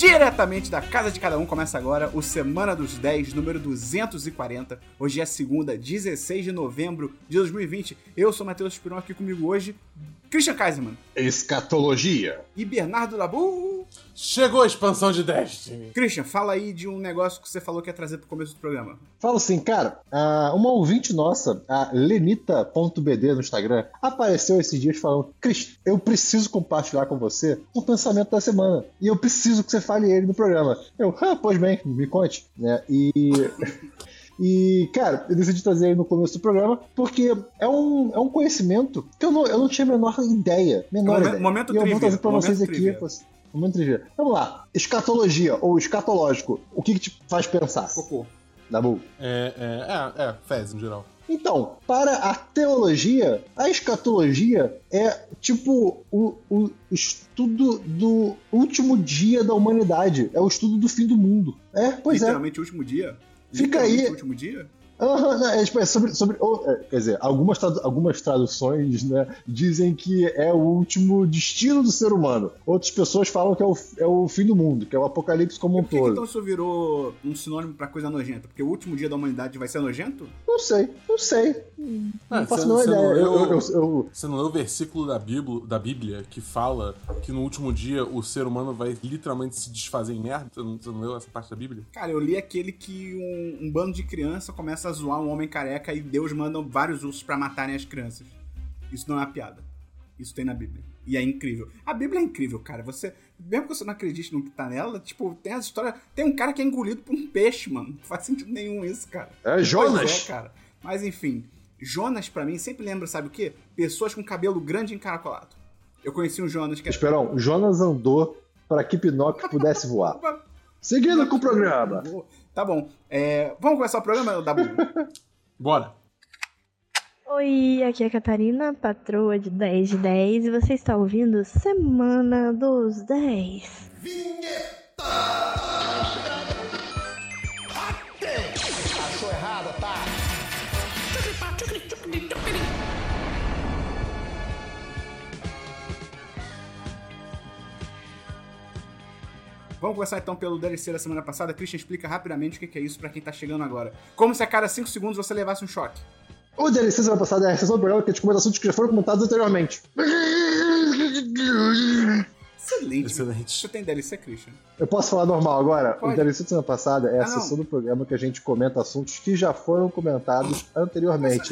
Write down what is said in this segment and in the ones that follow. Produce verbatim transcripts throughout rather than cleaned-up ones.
Diretamente da casa de cada um, começa agora o Semana dos dez, número duzentos e quarenta. Hoje é segunda, dezesseis de novembro de dois mil e vinte. Eu sou Matheus Spiron, aqui comigo hoje, Christian Kaiserman. Escatologia. E Bernardo Dabu. Chegou a expansão de Destiny. Christian, fala aí de um negócio que você falou que ia trazer pro começo do programa. Falo assim, cara, uma ouvinte nossa, a lenita ponto b d no Instagram, apareceu esses dias falando: Christian, eu preciso compartilhar com você um pensamento da semana. E eu preciso que você fale ele no programa. Eu, ah, pois bem, me conte. Né? E... E, cara, eu decidi trazer ele no começo do programa porque é um, é um conhecimento que eu não, eu não tinha a menor ideia. Menor momento, ideia. Momento e eu trivia, vou trazer pra vocês trivia. aqui. Momento trivia. Vamos lá. Escatologia ou escatológico, o que, que te faz pensar? Cocô. Dabu? É, é, é, é, fez em geral. Então, para a teologia, a escatologia é tipo o, o estudo do último dia da humanidade. É o estudo do fim do mundo. É, pois Literalmente é. o último dia? Fica aí. O último dia? Uhum, é, tipo, é sobre, sobre, é, quer dizer, algumas, tradu- algumas traduções, né, dizem que é o último destino do ser humano. Outras pessoas falam que é o, é o fim do mundo, que é o apocalipse como um Por que, que todo. então isso virou um sinônimo pra coisa nojenta? Porque o último dia da humanidade vai ser nojento? Não sei, não sei. Não Ah, faço a você- menor você ideia. não Eu, leu- eu, eu, eu- Você não leu o versículo da Bíblia, da Bíblia que fala que no último dia o ser humano vai literalmente se desfazer em merda? Você não, você não leu essa parte da Bíblia? Cara, eu li aquele que um, um bando de criança começa a zoar um homem careca e Deus manda vários ursos pra matarem as crianças. Isso não é uma piada. Isso tem na Bíblia. E é incrível. A Bíblia é incrível, cara. Você, mesmo que você não acredite no que tá nela, tipo, tem as histórias... Tem um cara que é engolido por um peixe, mano. Não faz sentido nenhum isso, cara. É Jonas. Pois é, cara. Mas enfim, Jonas pra mim sempre lembra, sabe o quê? Pessoas com cabelo grande e encaracolado. Eu conheci um Jonas que... Esperão, Jonas andou para que Pinóquio pudesse voar. Seguindo com o programa. Tá bom. É, vamos começar o programa, Dabu? Bora! Oi, aqui é a Catarina, patroa de dez de dez, e você está ouvindo Semana dos dez. Achou errado, tá? Vamos começar então pelo D L C da semana passada. Christian, explica rapidamente o que é isso pra quem tá chegando agora. Como se a cada cinco segundos você levasse um choque. O D L C semana passada é a sessão do programa que a gente comenta assuntos que já foram comentados anteriormente. Excelente. Excelente. Você tem D L C, Christian? Eu posso falar normal agora? Pode. O D L C da semana passada é a Ah, não. sessão do programa que a gente comenta assuntos que já foram comentados anteriormente.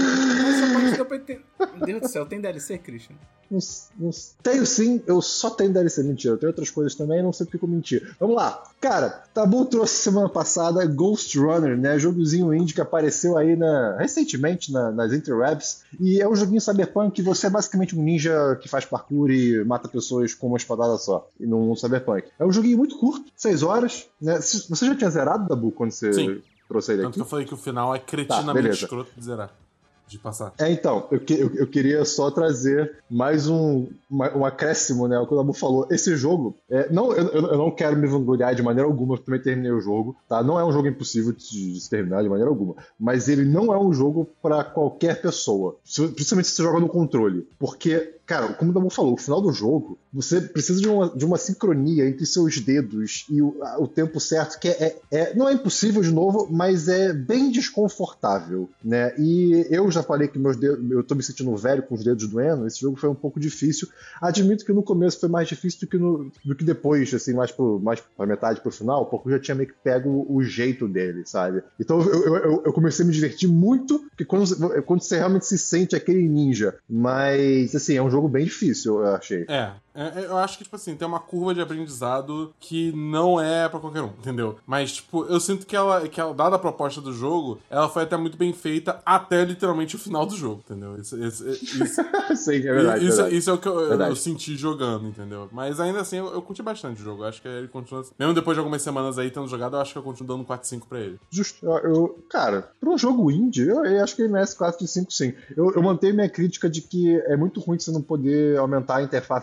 Essa parte deu pra entender. Meu Deus do céu, tem D L C, Christian? Não, não, tenho sim, eu só tenho D L C. Mentira, eu tenho outras coisas também, não sei porque eu menti. Vamos lá. Cara, Tabu trouxe semana passada Ghost Runner, né? Jogozinho indie que apareceu aí na, recentemente na, nas interwebs. E é um joguinho cyberpunk que você é basicamente um ninja que faz parkour e mata pessoas com uma espadada só. E num mundo cyberpunk. É um joguinho muito curto, seis horas. Né? Você já tinha zerado, Tabu, quando você Sim. trouxe ele Tanto aqui? que eu falei que o final é Tá, cretinamente beleza. escroto de zerar. De passar. É, então, eu, que- eu, eu queria só trazer mais um, uma- um acréscimo, né? O que o Dabu falou. Esse jogo, é, não, eu, eu- eu não quero me vangloriar de maneira alguma, eu também terminei o jogo, tá? Não é um jogo impossível de, de se terminar de maneira alguma, mas ele não é um jogo pra qualquer pessoa, se- principalmente se você joga no controle, porque, cara, como o Dabu falou, o final do jogo, você precisa de uma, de uma sincronia entre seus dedos e o, a- o tempo certo, que é, é- é- não é impossível de novo, mas é bem desconfortável, né? E eu já falei que meus dedos, eu tô me sentindo velho com os dedos doendo, esse jogo foi um pouco difícil. Admito que no começo foi mais difícil do que, no, do que depois, assim, mais, pro, mais pra metade pro final, porque eu já tinha meio que pego o jeito dele, sabe? Então eu, eu, eu- eu comecei a me divertir muito, porque quando, você- quando você realmente se sente aquele ninja. Mas, assim, é um jogo bem difícil, eu achei. É, é, eu acho que, tipo assim, tem uma curva de aprendizado que não é pra qualquer um, entendeu? Mas, tipo, eu sinto que ela, que ela, dada a proposta do jogo, ela foi até muito bem feita até literalmente o final do jogo, entendeu? Isso, isso, isso, Sim, é verdade. isso, verdade. isso é o que eu, eu- Verdade. eu senti jogando, entendeu? Mas ainda assim, eu, eu curti bastante o jogo. Eu acho que ele continua... Mesmo depois de algumas semanas aí tendo jogado, eu acho que eu continuo dando quatro cinco pra ele. Justo. Eu, eu- cara, pra um jogo indie, eu, eu acho que ele merece quatro de cinco sim. Eu, eu mantenho minha crítica de que é muito ruim você não poder aumentar a interface do jogo.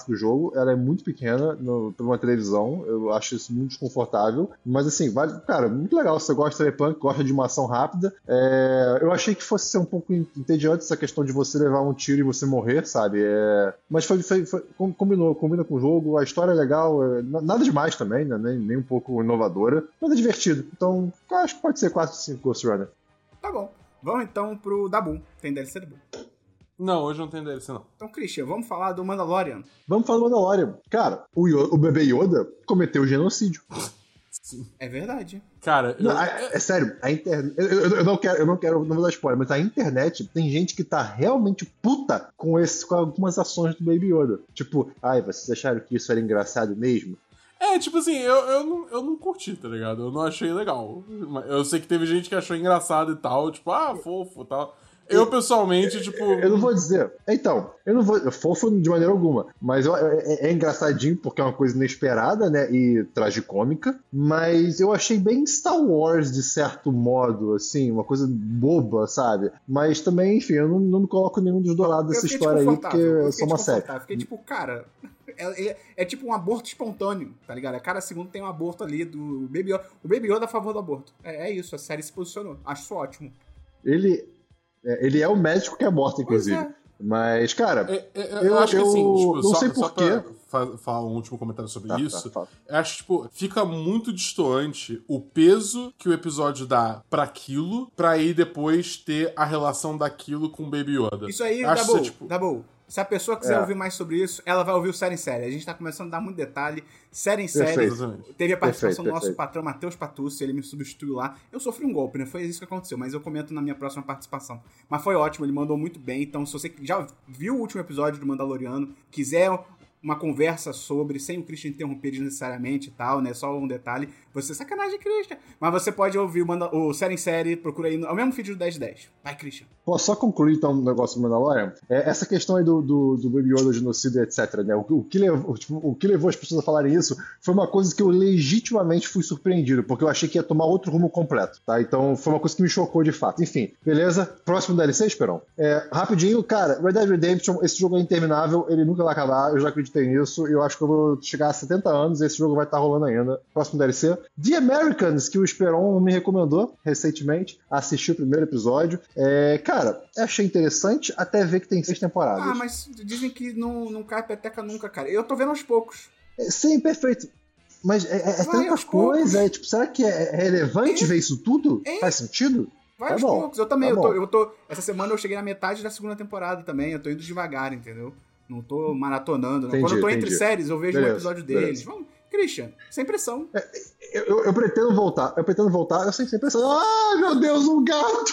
jogo, ela é muito pequena no, pra uma televisão, eu acho isso muito desconfortável, mas assim, vale, cara, muito legal, você gosta de cyberpunk, gosta de uma ação rápida, é, eu achei que fosse ser um pouco entediante essa questão de você levar um tiro e você morrer, sabe, é, mas foi, foi, foi, combinou, combina com o jogo, a história é legal, é, nada demais também, né, nem, nem um pouco inovadora, mas é divertido, então eu acho que pode ser quatro, cinco Ghost Runner. Tá bom, vamos então pro Dabu, tem D L C Dabu. Não, hoje não tem D L C, não. Então, Christian, vamos falar do Mandalorian. Vamos falar do Mandalorian. Cara, o, Yoda, o bebê Yoda cometeu genocídio. Sim. É verdade. Cara, não, eu... a, é sério, a internet. Eu, eu, eu não quero, eu não quero, não vou dar spoiler, mas a internet tem gente que tá realmente puta com, esse, com algumas ações do Baby Yoda. Tipo, ai, vocês acharam que isso era engraçado mesmo? É, tipo assim, eu, eu, não, eu não curti, tá ligado? Eu não achei legal. Eu sei que teve gente que achou engraçado e tal, tipo, ah, fofo e tal. Eu, pessoalmente, tipo... Eu não vou dizer... Então, eu não vou... Fofo de maneira alguma. Mas eu, é, é engraçadinho porque é uma coisa inesperada, né? E tragicômica. Mas eu achei bem Star Wars, de certo modo, assim. Uma coisa boba, sabe? Mas também, enfim, eu não, não me coloco nenhum dos dois lados dessa história aí, porque é só uma série. Fiquei tipo, cara... É, é, é tipo um aborto espontâneo, tá ligado? A cada segundo tem um aborto ali do Baby Yoda. O Baby Yoda a favor do aborto. É, é isso, a série se posicionou. Acho isso ótimo. Ele... Ele é o médico que aborta, inclusive. É. Mas, cara, é, é, eu, eu acho que assim, tipo, não só, sei só porquê. Pra falar um último comentário sobre tá, isso, tá, tá. eu acho, tipo, fica muito distoante o peso que o episódio dá pra aquilo, pra aí depois ter a relação daquilo com o Baby Yoda. Isso aí, acho Dabu, que, tipo... Dabu. Se a pessoa quiser é. ouvir mais sobre isso, ela vai ouvir o Série em Série. A gente tá começando a dar muito detalhe. Série em Série. Perfeito. Teve a participação perfeito, do nosso perfeito. patrão Matheus Patucci, ele me substituiu lá. Eu sofri um golpe, né? Foi isso que aconteceu, mas eu comento na minha próxima participação. Mas foi ótimo, ele mandou muito bem. Então, se você já viu o último episódio do Mandaloriano, quiser uma conversa sobre, sem o Christian interromper desnecessariamente e tal, né? Só um detalhe. Você, sacanagem, Christian. Mas você pode ouvir o, Manda- o Série em Série, procura aí, no, é o mesmo feed do dez dez. Vai, Christian. Posso só concluir, então, um negócio do Mandalorian? É, essa questão aí do, do, do Baby Yoda, genocídio, etcétera, né? O, o, que levou, tipo, o que levou as pessoas a falarem isso foi uma coisa que eu legitimamente fui surpreendido, porque eu achei que ia tomar outro rumo completo, tá? Então, foi uma coisa que me chocou de fato. Enfim, beleza? Próximo D L C, Esperão? É, rapidinho, cara, Red Dead Redemption, esse jogo é interminável, ele nunca vai acabar, eu já acreditei nisso, eu acho que eu vou chegar a setenta anos e esse jogo vai estar rolando ainda. Próximo D L C. The Americans, que o Esperon me recomendou recentemente, assisti o primeiro episódio. É, cara, achei interessante até ver que tem seis temporadas. Ah, mas dizem que não, não cai peteca nunca, cara. Eu tô vendo aos poucos. É, sim, perfeito. Mas é, é, é Vai, tanta aos coisa, é, tipo, será que é relevante É. ver isso tudo? É. Faz sentido? Vai Tá aos bom, poucos. Eu também. tá eu, tô, bom. eu tô. Essa semana eu cheguei na metade da segunda temporada também. Eu tô indo devagar, entendeu? Não tô maratonando. Não. Entendi, Quando eu tô entre entendi. séries, eu vejo Beleza, um episódio deles. beleza. Vamos, Christian, sem pressão. Eu, eu- eu pretendo voltar, eu pretendo voltar, eu sei sempre pensando, ah, meu Deus, um gato!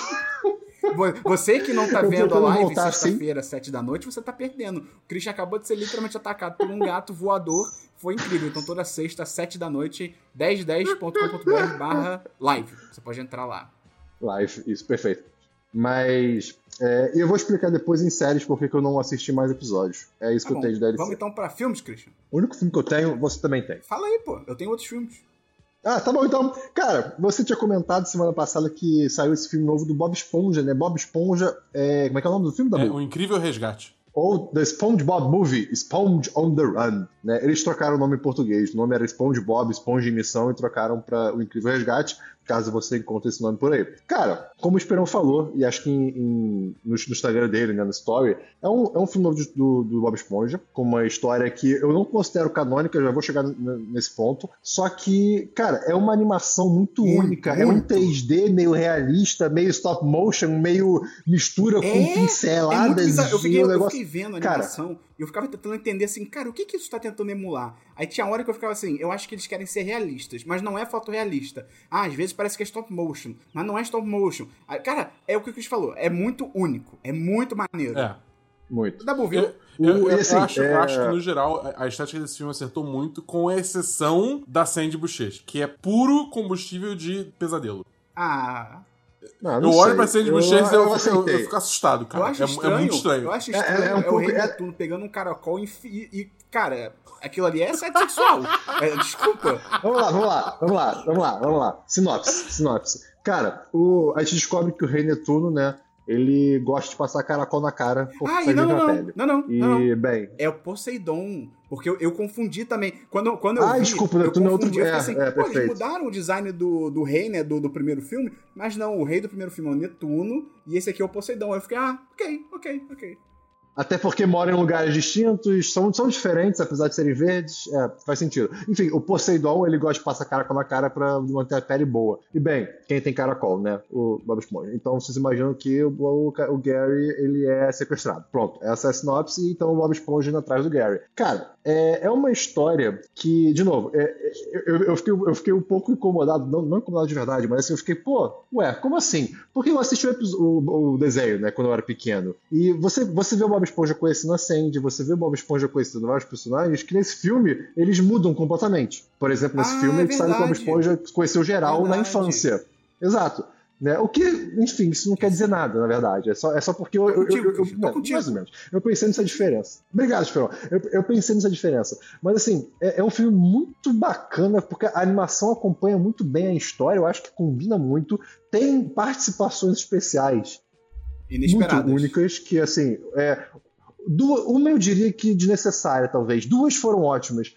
Vo- Você que não tá Eu vendo a pretendo live voltar sexta-feira, sete da noite, você tá perdendo. O Christian acabou de ser literalmente atacado por um gato voador. Foi incrível. Então toda sexta, sete da noite, dez dez ponto com ponto b r barra live. Você pode entrar lá. Live, isso, perfeito. Mas é, eu vou explicar depois em séries porque que eu não assisti mais episódios. É isso Tá que bom. eu tenho de D L C. Vamos então pra filmes, Christian. O único filme que eu tenho, você também tem. Fala aí, pô. Eu tenho outros filmes. Ah, tá bom, então. Cara, você tinha comentado semana passada que saiu esse filme novo do Bob Esponja, né? Bob Esponja, é... como é que é o nome do filme, Dabu? É um incrível resgate. Ou The SpongeBob Movie, Sponge on the Run. Né? Eles trocaram o nome em português. O nome era SpongeBob, Esponja em Missão, e trocaram para O Incrível Resgate, caso você encontre esse nome por aí. Cara, como o Esperão falou, e acho que em, em, no, no Instagram dele, né, no Story, é um, é um filme novo de- do, do Bob Esponja, com uma história que eu não considero canônica, já vou chegar n- nesse ponto, só que, cara, é uma animação muito, Muito, única, é um muito. três D meio realista, meio stop motion, meio mistura com É, É muito pinceladas bizarro. Eu e fiquei, um eu negócio... fiquei vendo a Cara, animação e eu ficava tentando entender assim, cara, o que que isso tá tentando emular? Aí tinha hora que eu ficava assim, eu acho que eles querem ser realistas, mas não é fotorrealista. Ah, às vezes parece que é stop motion, mas não é stop motion. Ah, cara, é o que o Chris falou, é muito único, é muito maneiro. É. muito. Dá pra ouvir? Eu, eu- O- eu e assim, acho, eu é- acho que, no geral, a- a estética desse filme acertou muito, com exceção da Sandy Bochecha, que é puro combustível de pesadelo. Ah, Não, não Eu olho sei. pra Sandy Eu- Bochecha e eu, eu fico- eu, aceitei. eu fico assustado, cara. eu acho é, estranho. é muito estranho. Eu acho É- é- estranho. É, é um o pouco- Rei é- Netuno pegando um caracol e, e, e, cara, aquilo ali é sexo sexual. É, desculpa. Vamos lá, vamos lá, vamos lá, vamos lá, vamos lá. Sinopse, sinopse. Cara, o, a gente descobre que o Rei Netuno, né, ele gosta de passar caracol na cara por Ah, e sangue não, na não, não, pele. não, não, E, não, não. bem... É o Poseidon. Porque eu, eu confundi também. Quando, quando eu Ah, vi, desculpa, eu tu não é confundi. outro- Eu fiquei é, assim, é, pô, eles perfeito. mudaram o design do, do rei, né, do, do primeiro filme, mas não, o rei do primeiro filme é o Netuno, e esse aqui é o Poseidon. Aí eu fiquei, ah, ok, ok, ok. Até porque moram em lugares distintos, são, são diferentes, apesar de serem verdes, é, faz sentido. Enfim, o Poseidon, ele gosta de passar caracol na cara pra manter a pele boa. E bem, quem tem caracol, né? O Bob Esponja. Então vocês imaginam que o, o, o Gary, ele é sequestrado. Pronto, essa é a sinopse, então o Bob Esponja indo atrás do Gary. Cara, é, é uma história que, de novo, é, é, eu, eu, fiquei, eu fiquei um pouco incomodado, não, não incomodado de verdade, mas assim, eu fiquei, pô, ué, como assim? Porque eu assisti o, episo- o, o desenho, né, quando eu era pequeno. E você, você vê o Bob Esponja conhecendo a Sandy, você vê o Bob Esponja conhecendo vários personagens que nesse filme eles mudam completamente. Por exemplo, nesse Ah, filme é a gente sabe que o Bob verdade. Esponja conheceu geral na Verdade. infância. Exato. Né? O que, enfim, isso não quer dizer nada, na verdade. É só, é só porque eu. eu, contigo, eu, eu, Christian, tô não, contigo. mais ou menos. Eu pensei nessa diferença. Obrigado, Esperon. Eu, eu pensei nessa diferença. Mas, assim, é, é um filme muito bacana, porque a animação acompanha muito bem a história, eu acho que combina muito. Tem participações especiais Inesperadas. muito únicas, que, assim, é, duas, uma eu diria que desnecessária, talvez. Duas foram ótimas,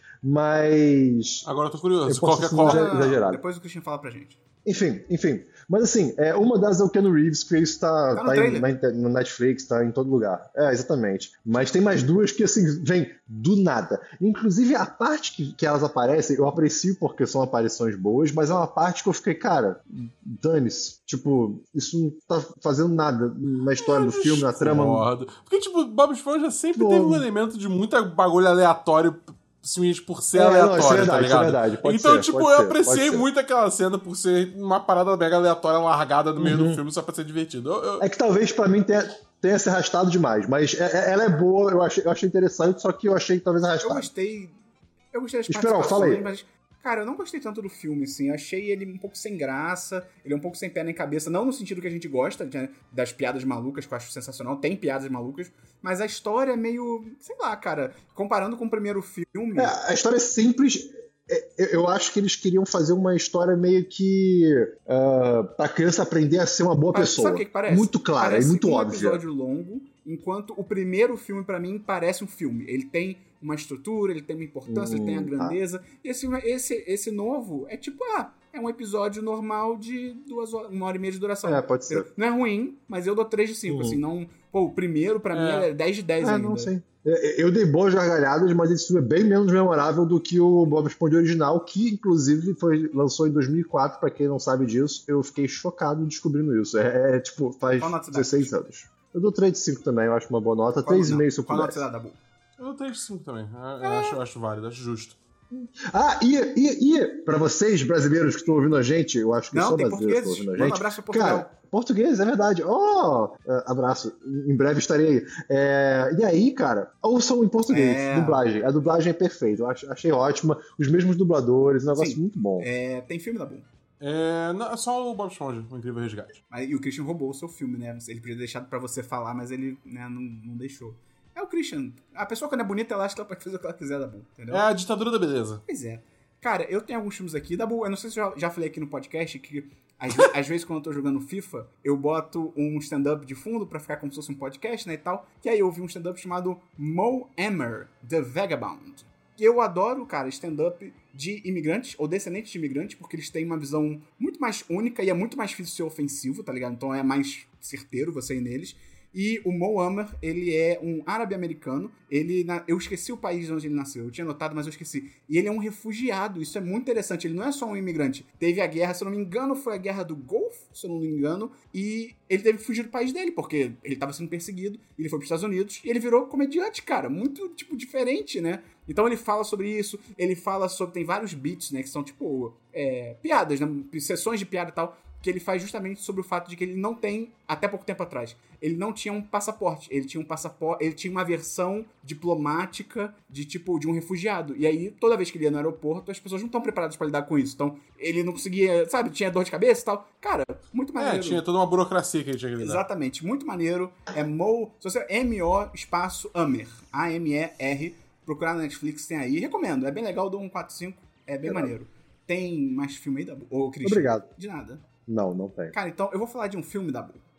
mas. Agora eu tô curioso. Eu posso Qual que é ser qual? Não, não, não, não. exagerado. Depois o Christian fala pra gente. Enfim, enfim. Mas assim, é, uma das é o Keanu Reeves, que isso tá, Tá no tá em- trailer. na inter- no Netflix, tá em todo lugar. É, exatamente. Mas tem mais duas que, assim, vem do nada. Inclusive, a parte que, que elas aparecem, eu aprecio porque são aparições boas, mas é uma parte que eu fiquei, cara, dane-se. Tipo, isso não tá fazendo nada na história do filme, na trama. Discordo. Porque, tipo, Bob Esponja sempre Bom. teve um elemento de muita bagulho aleatório, simplesmente por ser É, não, aleatório, isso é verdade, tá isso é ligado? verdade. Pode Então, ser, tipo, pode eu ser, apreciei pode ser. muito aquela cena por ser uma parada mega aleatória largada no meio do filme só pra ser divertido. Eu, eu- É que talvez pra mim tenha, tenha se arrastado demais, mas é- é- ela é boa, eu achei, eu achei interessante, só que eu achei talvez Eu arrastado. gostei. Eu gostei das Esperão, fala aí. participações, mas. Cara, eu não gostei tanto do filme, assim. Eu achei ele um pouco sem graça, ele é um pouco sem pé nem cabeça, não no sentido que a gente gosta, né, das piadas malucas, que eu acho sensacional. Tem piadas malucas, mas a história é meio. Sei lá, cara. Comparando com o primeiro filme. É, a história é simples. É, eu- Eu acho que eles queriam fazer uma história meio que uh, pra criança aprender a ser uma boa Parece- pessoa. Sabe o que, que parece? Muito clara Parece e muito um óbvia. episódio longo, enquanto o primeiro filme, pra mim, parece um filme. Ele tem uma estrutura, ele tem uma importância, ele tem a Hum, grandeza. E esse, esse, esse novo é tipo, ah, é um episódio normal de duas horas, uma hora e meia de duração. É, pode ser. Não é ruim, mas eu dou três de cinco, Hum. assim, não... Pô, o primeiro, pra É. mim, é dez de dez Ah, ainda. não sei. É, Eu dei boas gargalhadas, mas esse filme é bem menos memorável do que o Bob Esponja original, que inclusive foi, lançou em dois mil e quatro, pra quem não sabe disso. Eu fiquei chocado descobrindo isso. É, é, tipo, faz Qual nota você dá? dezesseis anos. Eu dou três de cinco também, eu acho uma boa nota. Qual- três não, vírgula cinco se eu Qual nota você pudesse. dá, Dabu? eu dou três de cinco também. Eu, eu acho, eu acho válido, acho justo. Ah, e, e, e pra vocês, brasileiros que estão ouvindo a gente, eu acho que Não, são tem brasileiros que estão portugueses. ouvindo a Manda um gente. abraço pra Portugal. Cara, português, é verdade. Oh, é, abraço. Em breve estarei aí. É, e aí, cara, ouçam em português, É. dublagem. A dublagem é perfeita, eu ach- achei ótima. Os mesmos dubladores, um negócio Sim. muito bom. É, tem filme, Dabu. É, não, é só o Bob Esponja, o Incrível Resgate. Mas- E o Christian roubou o seu filme, né? Ele podia ter deixado pra você falar, mas ele né, não, não deixou. É o Christian. A pessoa, quando é bonita, ela acha que ela pode fazer o que ela quiser, Dabu. Entendeu? É a ditadura da beleza. Pois é. Cara, eu tenho alguns filmes aqui. Dabu, eu não sei se eu já, já falei aqui no podcast que às, ve- às vezes quando eu tô jogando FIFA, eu boto um stand-up de fundo pra ficar como se fosse um podcast, né, e tal. E aí eu vi um stand-up chamado Mo Amer, The Vagabond. Que eu adoro, cara, stand-up de imigrantes ou descendentes de imigrantes, porque eles têm uma visão muito mais única e é muito mais difícil ser ofensivo, tá ligado? Então é mais certeiro você ir neles. E o Mo Amer, ele é um árabe-americano. Ele, na- eu esqueci o país onde ele nasceu. Eu tinha notado, mas eu esqueci. E ele é um refugiado. Isso é muito interessante. Ele não é só um imigrante. Teve a guerra, se eu não me engano, foi a guerra do Golfo, se eu não me engano. E ele teve que fugir do país dele, porque ele estava sendo perseguido. Ele foi para os Estados Unidos e ele virou comediante, cara. Muito, tipo, diferente, né? Então ele fala sobre isso. Ele fala sobre... Tem vários beats, né? Que são, tipo, é, piadas, né? Sessões de piada e tal. Que ele faz justamente sobre o fato de que ele não tem, até pouco tempo atrás, ele não tinha um passaporte. Ele tinha um passaporte, ele tinha uma versão diplomática de tipo de um refugiado. E aí, toda vez que ele ia no aeroporto, as pessoas não estão preparadas pra lidar com isso. Então, ele não conseguia, sabe, tinha dor de cabeça e tal. Cara, muito maneiro. É, tinha toda uma burocracia que ele tinha que lidar. Exatamente, muito maneiro. É Mo, se você M O espaço Amer, A M E R, procurar na Netflix, tem aí. Recomendo, é bem legal, do cento e quarenta e cinco, é bem maneiro. Tem mais filme aí, da Ô, Christian? Obrigado. De nada. Não, não tem. Cara, então eu vou falar de um filme, Dabu.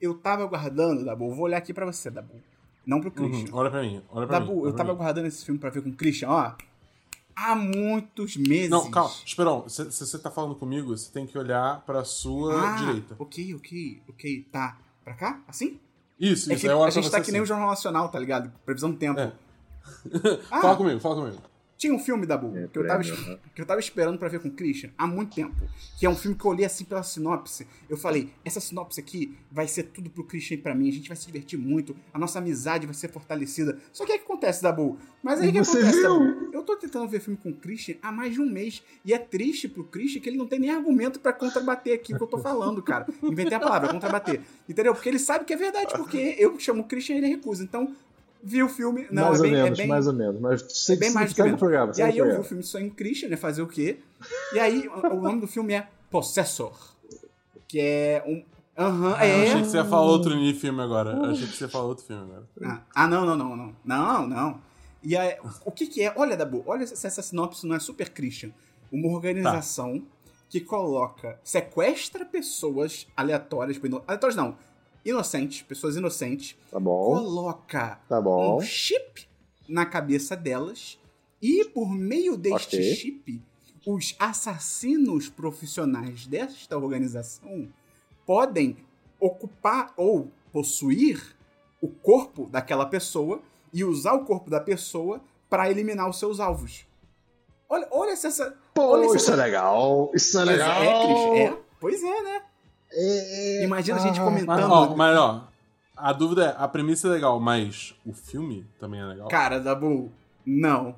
eu tava guardando, Dabu, vou olhar aqui pra você, Dabu. Não pro Christian. Uhum, olha pra mim, olha pra Dabu, mim. Dabu, eu tava mim. guardando esse filme pra ver com o Christian, ó. Há muitos meses. Não, calma, Esperão, se, se você tá falando comigo, você tem que olhar pra sua ah, direita. ok, ok, ok. Tá. Pra cá? Assim? Isso, É isso, que aí eu olho a gente pra tá você que nem o assim. Jornal Nacional, tá ligado? Previsão do tempo. É. Ah, Fala comigo, fala comigo. tinha um filme, Dabu, É, que, eu tava, prêmio, es- né? que eu tava esperando pra ver com o Christian há muito tempo. Que é um filme que eu olhei assim pela sinopse. Eu falei, essa sinopse aqui vai ser tudo pro Christian e pra mim. A gente vai se divertir muito. A nossa amizade vai ser fortalecida. Só que o que acontece, Dabu? Mas aí o que Você acontece, viu? Dabu? Eu tô tentando ver filme com o Christian há mais de um mês. E é triste pro Christian que ele não tem nem argumento pra contrabater aqui o que eu tô falando, cara. Inventei a palavra, contrabater. Entendeu? Porque ele sabe que é verdade. Porque eu chamo o Christian e ele recusa. Então, vi o filme... Não, mais é ou bem, menos, é bem, mais ou menos. Mas é bem mais do que segue o menos. programa, E segue aí o eu vi o programa. filme Sonho Christian, né? Fazer o quê? E aí o o nome do filme é Possessor. Que é um... Aham, Ah, eu é... achei que você ia falar outro filme agora. Eu achei que você ia falar outro filme agora. Ah, ah, não, não, não, não. Não, não. E aí, o que que é? Olha, Dabu, olha se essa sinopse não é super Christian. Uma organização Tá. que coloca... Sequestra pessoas aleatórias... Aleatórias não. Inocentes, pessoas inocentes. Tá bom, Coloca tá bom. um chip na cabeça delas e, por meio deste Ok. chip, os assassinos profissionais desta organização podem ocupar ou possuir o corpo daquela pessoa e usar o corpo da pessoa para eliminar os seus alvos. Olha, olha se essa... Pô, olha se isso é essa- legal, isso é legal. É, Cris, é. Pois é, né? É, Imagina a gente ah, comentando... Mas, ó, mas, ó, a dúvida é, a premissa é legal, mas o filme também é legal? Cara, Dabu, não.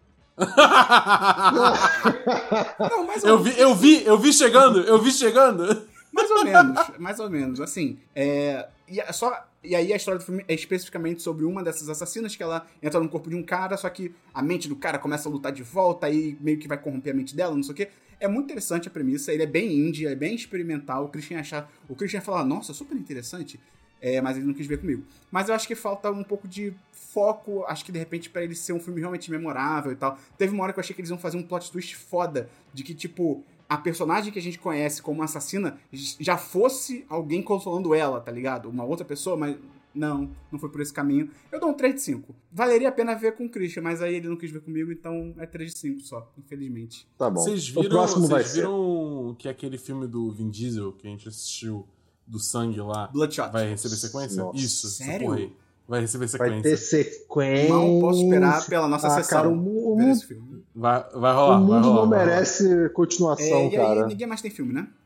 Não, mais ou eu vi, eu vi, eu vi chegando, eu vi chegando. Mais ou menos, mais ou menos. Assim, é, e, é só, e aí a história do filme é especificamente sobre uma dessas assassinas que ela entra no corpo de um cara, só que a mente do cara começa a lutar de volta e meio que vai corromper a mente dela, não sei o quê. É muito interessante a premissa, ele é bem indie, é bem experimental. O Christian ia achar, o Christian ia falar, nossa, super interessante, é, mas ele não quis ver comigo. Mas eu acho que falta um pouco de foco, acho que de repente pra ele ser um filme realmente memorável e tal. Teve uma hora que eu achei que eles iam fazer um plot twist foda, de que tipo... a personagem que a gente conhece como assassina já fosse alguém controlando ela, tá ligado? Uma outra pessoa, mas não, não foi por esse caminho. Eu dou um três de cinco. Valeria a pena ver com o Christian, mas aí ele não quis ver comigo, então é três de cinco só, infelizmente. Tá bom. Vocês O viram, próximo vai vocês ser. viram que aquele filme do Vin Diesel que a gente assistiu, do sangue lá, Bloodshot. vai receber sequência? Nossa. Isso, essa Sério? porra aí. Vai receber Vai sequência. ter sequência. Mal posso esperar pela nossa ah, sessão Cara, o, mu- o ver mundo, esse filme. Vai, vai o rolar, vai mundo rolar. não vai rolar. merece continuação, É, e cara. aí ninguém mais tem filme, né?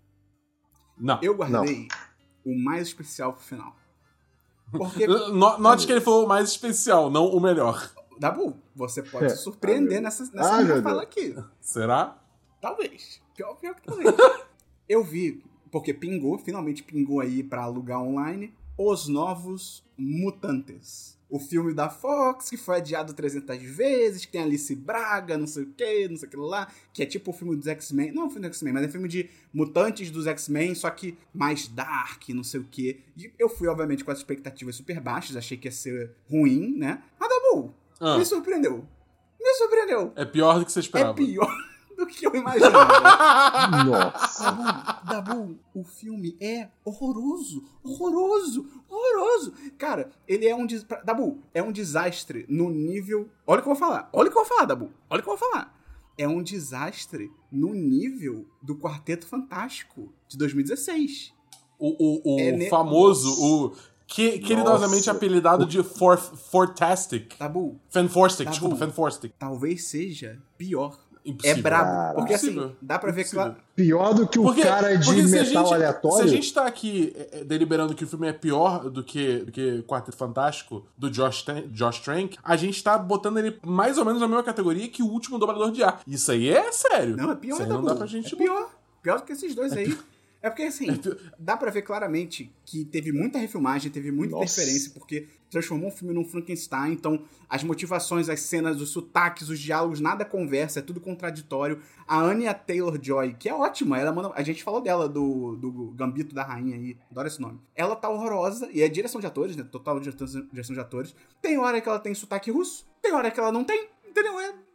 Não. Eu guardei o mais especial pro final. Porque, No- Note que ele falou o mais especial, não o melhor. Dabu, você pode É. se surpreender Ah, nessa, nessa Ah, minha meu fala aqui. Será? Talvez. Pior, pior que talvez. Eu vi, porque pingou, finalmente pingou aí pra alugar online, Os Novos Mutantes. O filme da Fox, que foi adiado trezentas vezes, que tem Alice Braga, não sei o que, não sei o que lá, que é tipo o filme dos X-Men. Não é um filme dos X-Men, mas é filme de mutantes dos X-Men, só que mais dark, não sei o que. E eu fui, obviamente, com as expectativas super baixas, achei que ia ser ruim, né? Mas, Dabu, Ah. me surpreendeu. Me surpreendeu. É pior do que você É esperava. pior do que eu imaginava. Nossa. Dabu, Dabu, o filme é horroroso, horroroso, horroroso. Cara, ele é um... Des... Dabu, é um desastre no nível... Olha o que eu vou falar, olha o que eu vou falar, Dabu, olha o que eu vou falar. É um desastre no nível do Quarteto Fantástico de dois mil e dezesseis. O, o, o É ne- famoso, o que, queridosamente Nossa. apelidado de for, Fortastic. Dabu, Fanforstic, Tá desculpa, bom. Fanforstic. talvez seja pior. Impossível. É brabo, Cara. porque assim, Impossível. dá pra ver Impossível. claro... Pior do que o cara de porque se a metal gente- aleatório. Se a gente tá aqui é, é, deliberando que o filme é pior do que, do que Quarteto Fantástico, do Josh, Tran- Josh Trank, a gente tá botando ele mais ou menos na mesma categoria que o Último Dobrador de Ar. Isso aí é sério. Não, é pior, Isso aí Dabu. não dá pra gente... É pior. Pior do que esses dois aí. É porque, assim, dá pra ver claramente que teve muita refilmagem, teve muita Nossa. interferência, porque transformou o filme num Frankenstein, então as motivações, as cenas, os sotaques, os diálogos, nada conversa, é tudo contraditório. A Anya Taylor-Joy, que é ótima, ela manda, a gente falou dela, do, do Gambito da Rainha aí, adoro esse nome. Ela tá horrorosa, e é direção de atores, né, total direção direção de atores. Tem hora que ela tem sotaque russo, tem hora que ela não tem, entendeu? É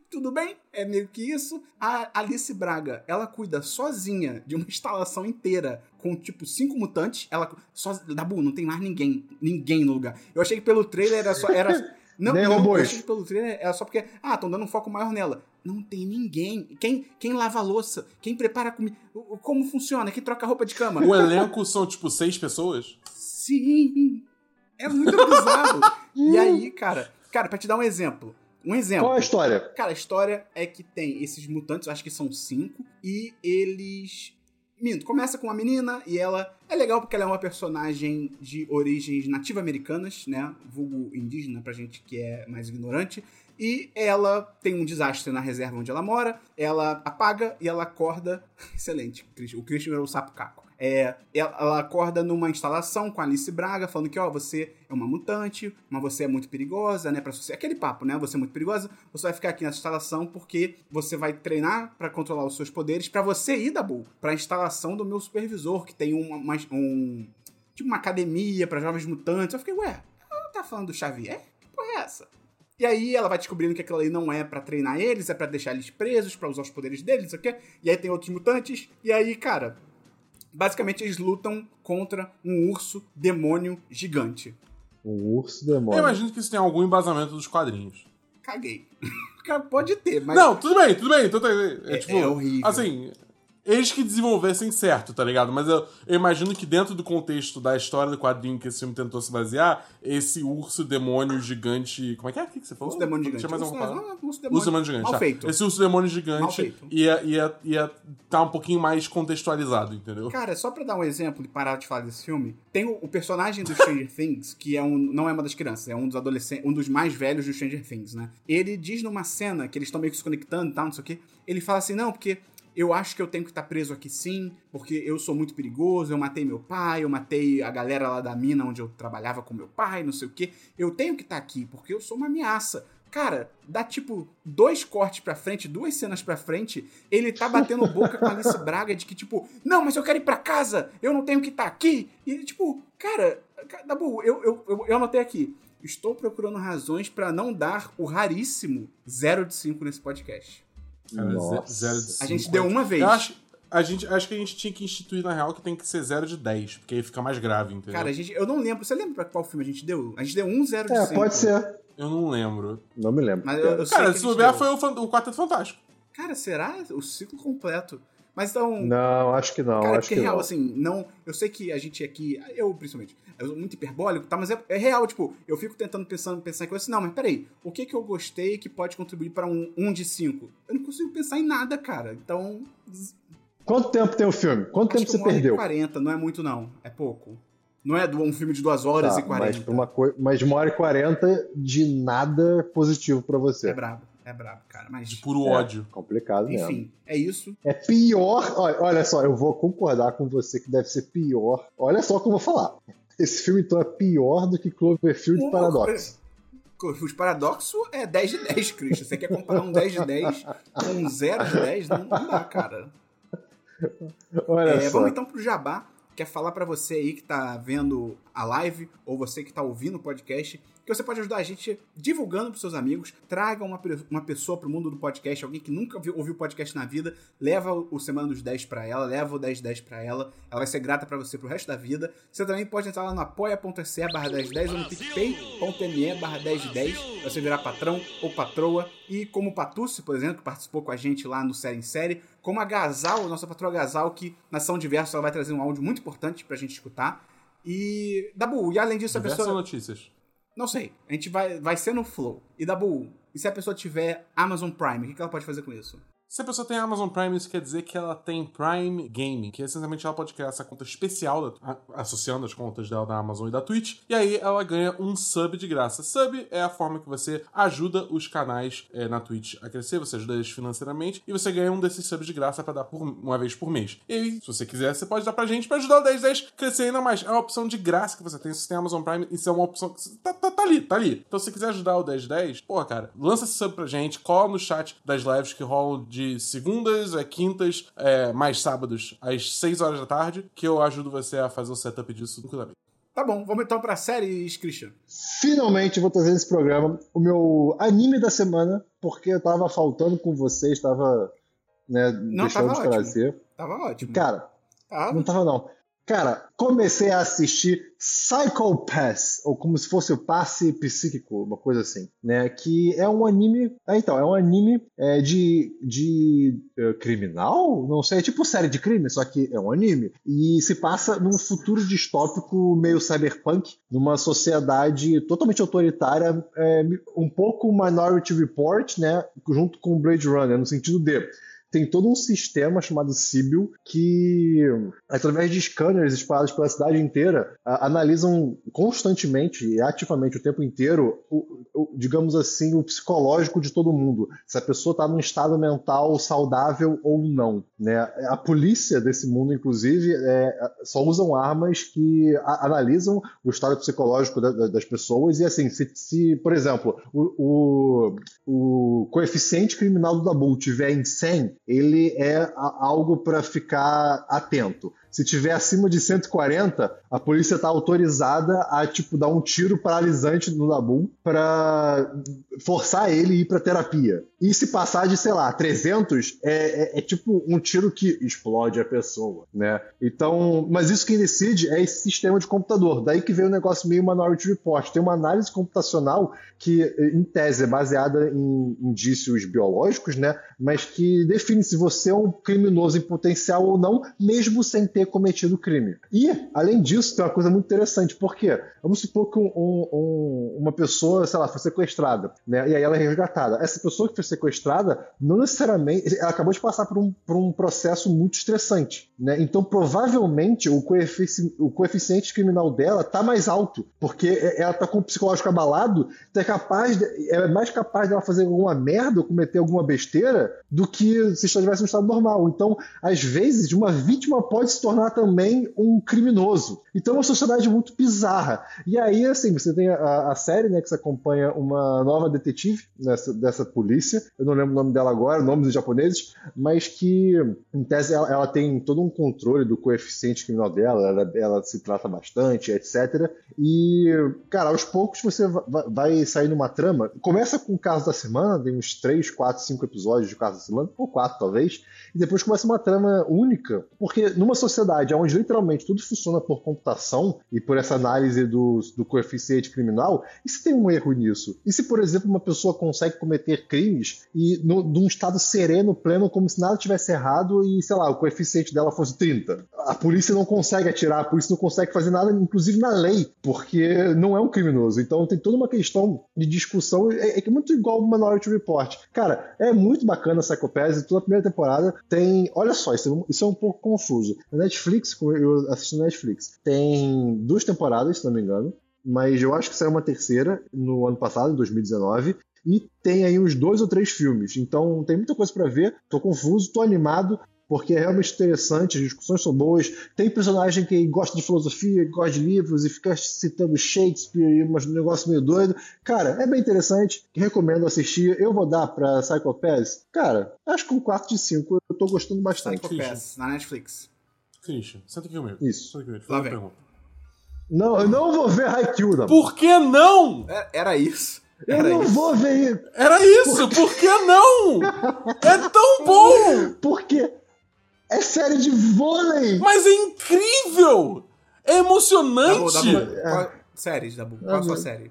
tudo bem, é meio que isso. A Alice Braga, ela cuida sozinha de uma instalação inteira com, tipo, cinco mutantes. Ela só... Dabu, não tem mais ninguém, ninguém no lugar. Eu achei que pelo trailer era só... Era... Não, Nem não, robôs. eu achei que pelo trailer era só porque... Ah, estão dando um foco maior nela. Não tem ninguém. Quem, quem lava a louça? Quem prepara a comida? Como funciona? Quem troca a roupa de cama? O elenco são, tipo, seis pessoas? Sim! É muito bizarro. E aí, cara... Cara, pra te dar um exemplo... Um exemplo. Qual é a história? Cara, a história é que tem esses mutantes, eu acho que são cinco, e eles... Minto, começa com uma menina, e ela... É legal porque ela é uma personagem de origens nativa-americanas, né? Vulgo indígena, pra gente que é mais ignorante. E ela tem um desastre na reserva onde ela mora, ela apaga e ela acorda... Excelente, o Christian virou o sapo caco. É, ela acorda numa instalação com a Alice Braga, falando que, ó, você é uma mutante, mas você é muito perigosa, né, pra sociedade. Aquele papo, né, você é muito perigosa, você vai ficar aqui nessa instalação porque você vai treinar pra controlar os seus poderes pra você ir, Dabu, pra instalação do meu supervisor, que tem uma, uma, um, tipo uma academia pra jovens mutantes. Eu fiquei, ué, ela não tá falando do Xavier? Que porra é essa? E aí ela vai descobrindo que aquilo ali não é pra treinar eles, é pra deixar eles presos, pra usar os poderes deles, não sei o quê. E aí tem outros mutantes, e aí, cara... Basicamente, eles lutam contra um urso demônio gigante. Um urso demônio. Eu imagino que isso tem algum embasamento dos quadrinhos. Caguei. Cara, pode ter, mas... Não, tudo bem, tudo bem. Tudo bem. É, É, tipo, é horrível. Assim, eles que desenvolvessem certo, tá ligado? Mas eu, eu imagino que dentro do contexto da história do quadrinho que esse filme tentou se basear, esse urso demônio gigante... Como é que é? O que você falou? Urso demônio gigante. Tinha mais Urso, alguma não, palavra? não, urso demônio, Urso demônio gigante, mal tá. feito. Esse urso demônio Mal gigante feito. ia, ia, ia tá um pouquinho mais contextualizado, entendeu? Cara, só pra dar um exemplo e parar de falar desse filme, tem o, o personagem do Stranger Things, que é um, não é uma das crianças, é um dos adolescentes, um dos mais velhos do Stranger Things, né? Ele diz numa cena que eles estão meio que se conectando e tal, não sei o quê, ele fala assim, não, porque... Eu acho que eu tenho que estar preso aqui sim, porque eu sou muito perigoso, eu matei meu pai, eu matei a galera lá da mina onde eu trabalhava com meu pai, não sei o quê. Eu tenho que estar aqui, porque eu sou uma ameaça. Cara, dá tipo dois cortes pra frente, duas cenas pra frente, ele tá batendo boca com a Alice Braga de que tipo, não, mas eu quero ir pra casa, eu não tenho que estar aqui. E ele tipo, cara, Dabu, eu, eu, eu, eu anotei aqui. Estou procurando razões pra não dar o raríssimo zero de cinco nesse podcast. Cara, Nossa. zero de A gente cinco. deu uma vez. Eu acho, a gente, acho que a gente tinha que instituir, na real, que tem que ser zero de dez, porque aí fica mais grave, entendeu? Cara, a gente, eu não lembro. Você lembra pra qual filme a gente deu? A gente deu um zero de É, cinco. pode ser. Eu não lembro. Não me lembro. Mas eu, eu sei Cara, que se a gente souber, deu. foi o, fan- o Quarteto Fantástico. Cara, será? O ciclo completo. Mas então... Não, acho que não. Cara, acho porque que real, não. assim, não... Eu sei que a gente aqui... Eu, principalmente. Eu sou muito hiperbólico, tá? Mas é, é real, tipo... Eu fico tentando pensando, pensar em coisa assim... Não, mas peraí. O que que eu gostei que pode contribuir para um um de cinco? Eu não consigo pensar em nada, cara. Então... Quanto tempo tem o filme? Quanto Acho tempo que você uma hora perdeu? e quarenta. Não é muito, não. É pouco. Não é do- um filme de duas horas Tá, e quarenta. mas, pra uma coi- mas de uma hora e quarenta de nada positivo pra você. É brabo. É brabo, cara. Mas... De puro É, ódio. complicado mesmo. Enfim, é isso. É pior. Olha, olha só, eu vou concordar com você que deve ser pior. Olha só o que eu vou falar. Esse filme então é pior do que Cloverfield Uma Paradox. Os Paradoxo é dez de dez, Christian. Você quer comparar um dez de dez com um zero de dez? Não, não dá, cara. Olha É, só. vamos então pro Jabá. Quer falar pra você aí que tá vendo a live, ou você que tá ouvindo o podcast, que você pode ajudar a gente divulgando pros seus amigos. Traga uma, uma pessoa pro mundo do podcast, alguém que nunca viu, ouviu podcast na vida, leva o Semana dos dez pra ela, leva o dez dez pra ela, ela vai ser grata pra você pro resto da vida. Você também pode entrar lá no apoia.se barra dez dez ou no picpay.me barra dez dez, você virar patrão ou patroa. E como o Patucci, por exemplo, que participou com a gente lá no Série em Série, como a Gazal, nossa patroa Gazal, que na Ação Diversa ela vai trazer um áudio muito importante pra gente escutar. E, Dabu, e além disso, a Diversas pessoa... notícias. Não sei. A gente vai, vai ser no Flow. E, Dabu, e se a pessoa tiver Amazon Prime, o que que ela pode fazer com isso? Se a pessoa tem Amazon Prime, isso quer dizer que ela tem Prime Gaming, que essencialmente ela pode criar essa conta especial, da, a, associando as contas dela da Amazon e da Twitch, e aí ela ganha um sub de graça. Sub é a forma que você ajuda os canais é, na Twitch a crescer, você ajuda eles financeiramente, e você ganha um desses subs de graça pra dar por, uma vez por mês. E aí, se você quiser, você pode dar pra gente pra ajudar o dez dez a crescer ainda mais. É uma opção de graça que você tem. Se você tem Amazon Prime, isso é uma opção que tá, tá, tá ali, tá ali. Então se você quiser ajudar o dez dez, porra, cara, lança esse sub pra gente, cola no chat das lives que rolam de segundas a quintas, é, mais sábados, às seis horas da tarde, que eu ajudo você a fazer o setup disso tranquilamente. Tá bom, vamos então pra séries, Christian. Finalmente vou trazer nesse programa o meu anime da semana, porque eu tava faltando com vocês, tava, né, Não, deixando tava de trazer. ótimo. Tava ótimo. Cara, Tava. não tava não. Cara, comecei a assistir Psycho Pass, ou como se fosse o passe psíquico, uma coisa assim, né? Que é um anime. Ah, então, é um anime é, de, de uh, criminal? Não sei, é tipo série de crime, só que é um anime. E se passa num futuro distópico meio cyberpunk, numa sociedade totalmente autoritária, é, um pouco Minority Report, né? Junto com Blade Runner, no sentido de. Tem todo um sistema chamado Sibyl que, através de scanners espalhados pela cidade inteira, a, analisam constantemente e ativamente o tempo inteiro, o, o, digamos assim, o psicológico de todo mundo. Se a pessoa está num estado mental saudável ou não, né? A polícia desse mundo, inclusive, é, só usam armas que a, analisam o estado psicológico da, da, das pessoas. E assim, se, se por exemplo, o, o, o coeficiente criminal do Dabu tiver em cem, ele é algo para ficar atento. Se tiver acima de cento e quarenta, a polícia está autorizada a tipo dar um tiro paralisante no Dabu para forçar ele a ir para terapia. E se passar de, sei lá, trezentos, é, é, é tipo um tiro que explode a pessoa, né? Então, mas isso quem decide é esse sistema de computador. Daí que veio o negócio meio Minority Report. Tem uma análise computacional que, em tese, é baseada em indícios biológicos, né? Mas que define se você é um criminoso em potencial ou não, mesmo sem ter cometido o crime. E, além disso, tem uma coisa muito interessante, porque vamos supor que um, um, uma pessoa, sei lá, foi sequestrada, né? E aí ela é resgatada. Essa pessoa que foi sequestrada, não necessariamente, ela acabou de passar por um, por um processo muito estressante, né? Então, provavelmente, o, coefici o coeficiente criminal dela está mais alto, porque ela está com o psicológico abalado, então é, capaz de, é mais capaz dela fazer alguma merda ou cometer alguma besteira do que se estivesse no estado normal. Então, às vezes, uma vítima pode se tornar também um criminoso. Então é uma sociedade muito bizarra. E aí, assim, você tem a, a série, né, que você acompanha uma nova detetive nessa, dessa polícia, eu não lembro o nome dela agora, nomes japoneses, mas que, em tese, ela, ela tem todo um controle do coeficiente criminal dela, ela, ela se trata bastante, etcétera. E, cara, aos poucos você vai, vai sair numa trama. Começa com o caso da semana, tem uns três, quatro, cinco episódios de caso da semana, ou quatro talvez, e depois começa uma trama única, porque numa sociedade onde literalmente tudo funciona por computação e por essa análise do, do coeficiente criminal, e se tem um erro nisso? E se, por exemplo, uma pessoa consegue cometer crimes e no, num estado sereno, pleno, como se nada tivesse errado e, sei lá, o coeficiente dela fosse trinta? A polícia não consegue atirar, a polícia não consegue fazer nada, inclusive na lei, porque não é um criminoso. Então tem toda uma questão de discussão, é, é muito igual o Minority Report. Cara, é muito bacana a Psycho Pass, toda a primeira temporada tem... Olha só, isso, isso é um pouco confuso. Na Netflix, eu assisti na Netflix, tem duas temporadas, se não me engano, mas eu acho que saiu uma terceira no ano passado, em dois mil e dezenove, e tem aí uns dois ou três filmes. Então tem muita coisa pra ver, tô confuso, tô animado, porque é realmente interessante, as discussões são boas. Tem personagem que gosta de filosofia, que gosta de livros e fica citando Shakespeare e um negócio meio doido. Cara, é bem interessante, recomendo assistir. Eu vou dar pra Psycho Pass, cara, acho que um quatro de cinco, eu tô gostando bastante. Psycho Pass, na Netflix. Christian, senta aqui comigo. Isso. Senta aqui comigo. Lá Faz uma vem. pergunta. Não, eu não vou ver Haikyuu, não. Por que não? É- Era isso. Eu Era não isso. vou ver, Era isso, por que não? É tão bom! porque é série de vôlei. Mas é incrível! É Dabu, emocionante! Dabu, qual... Séries, Dabu. Qual a sua série?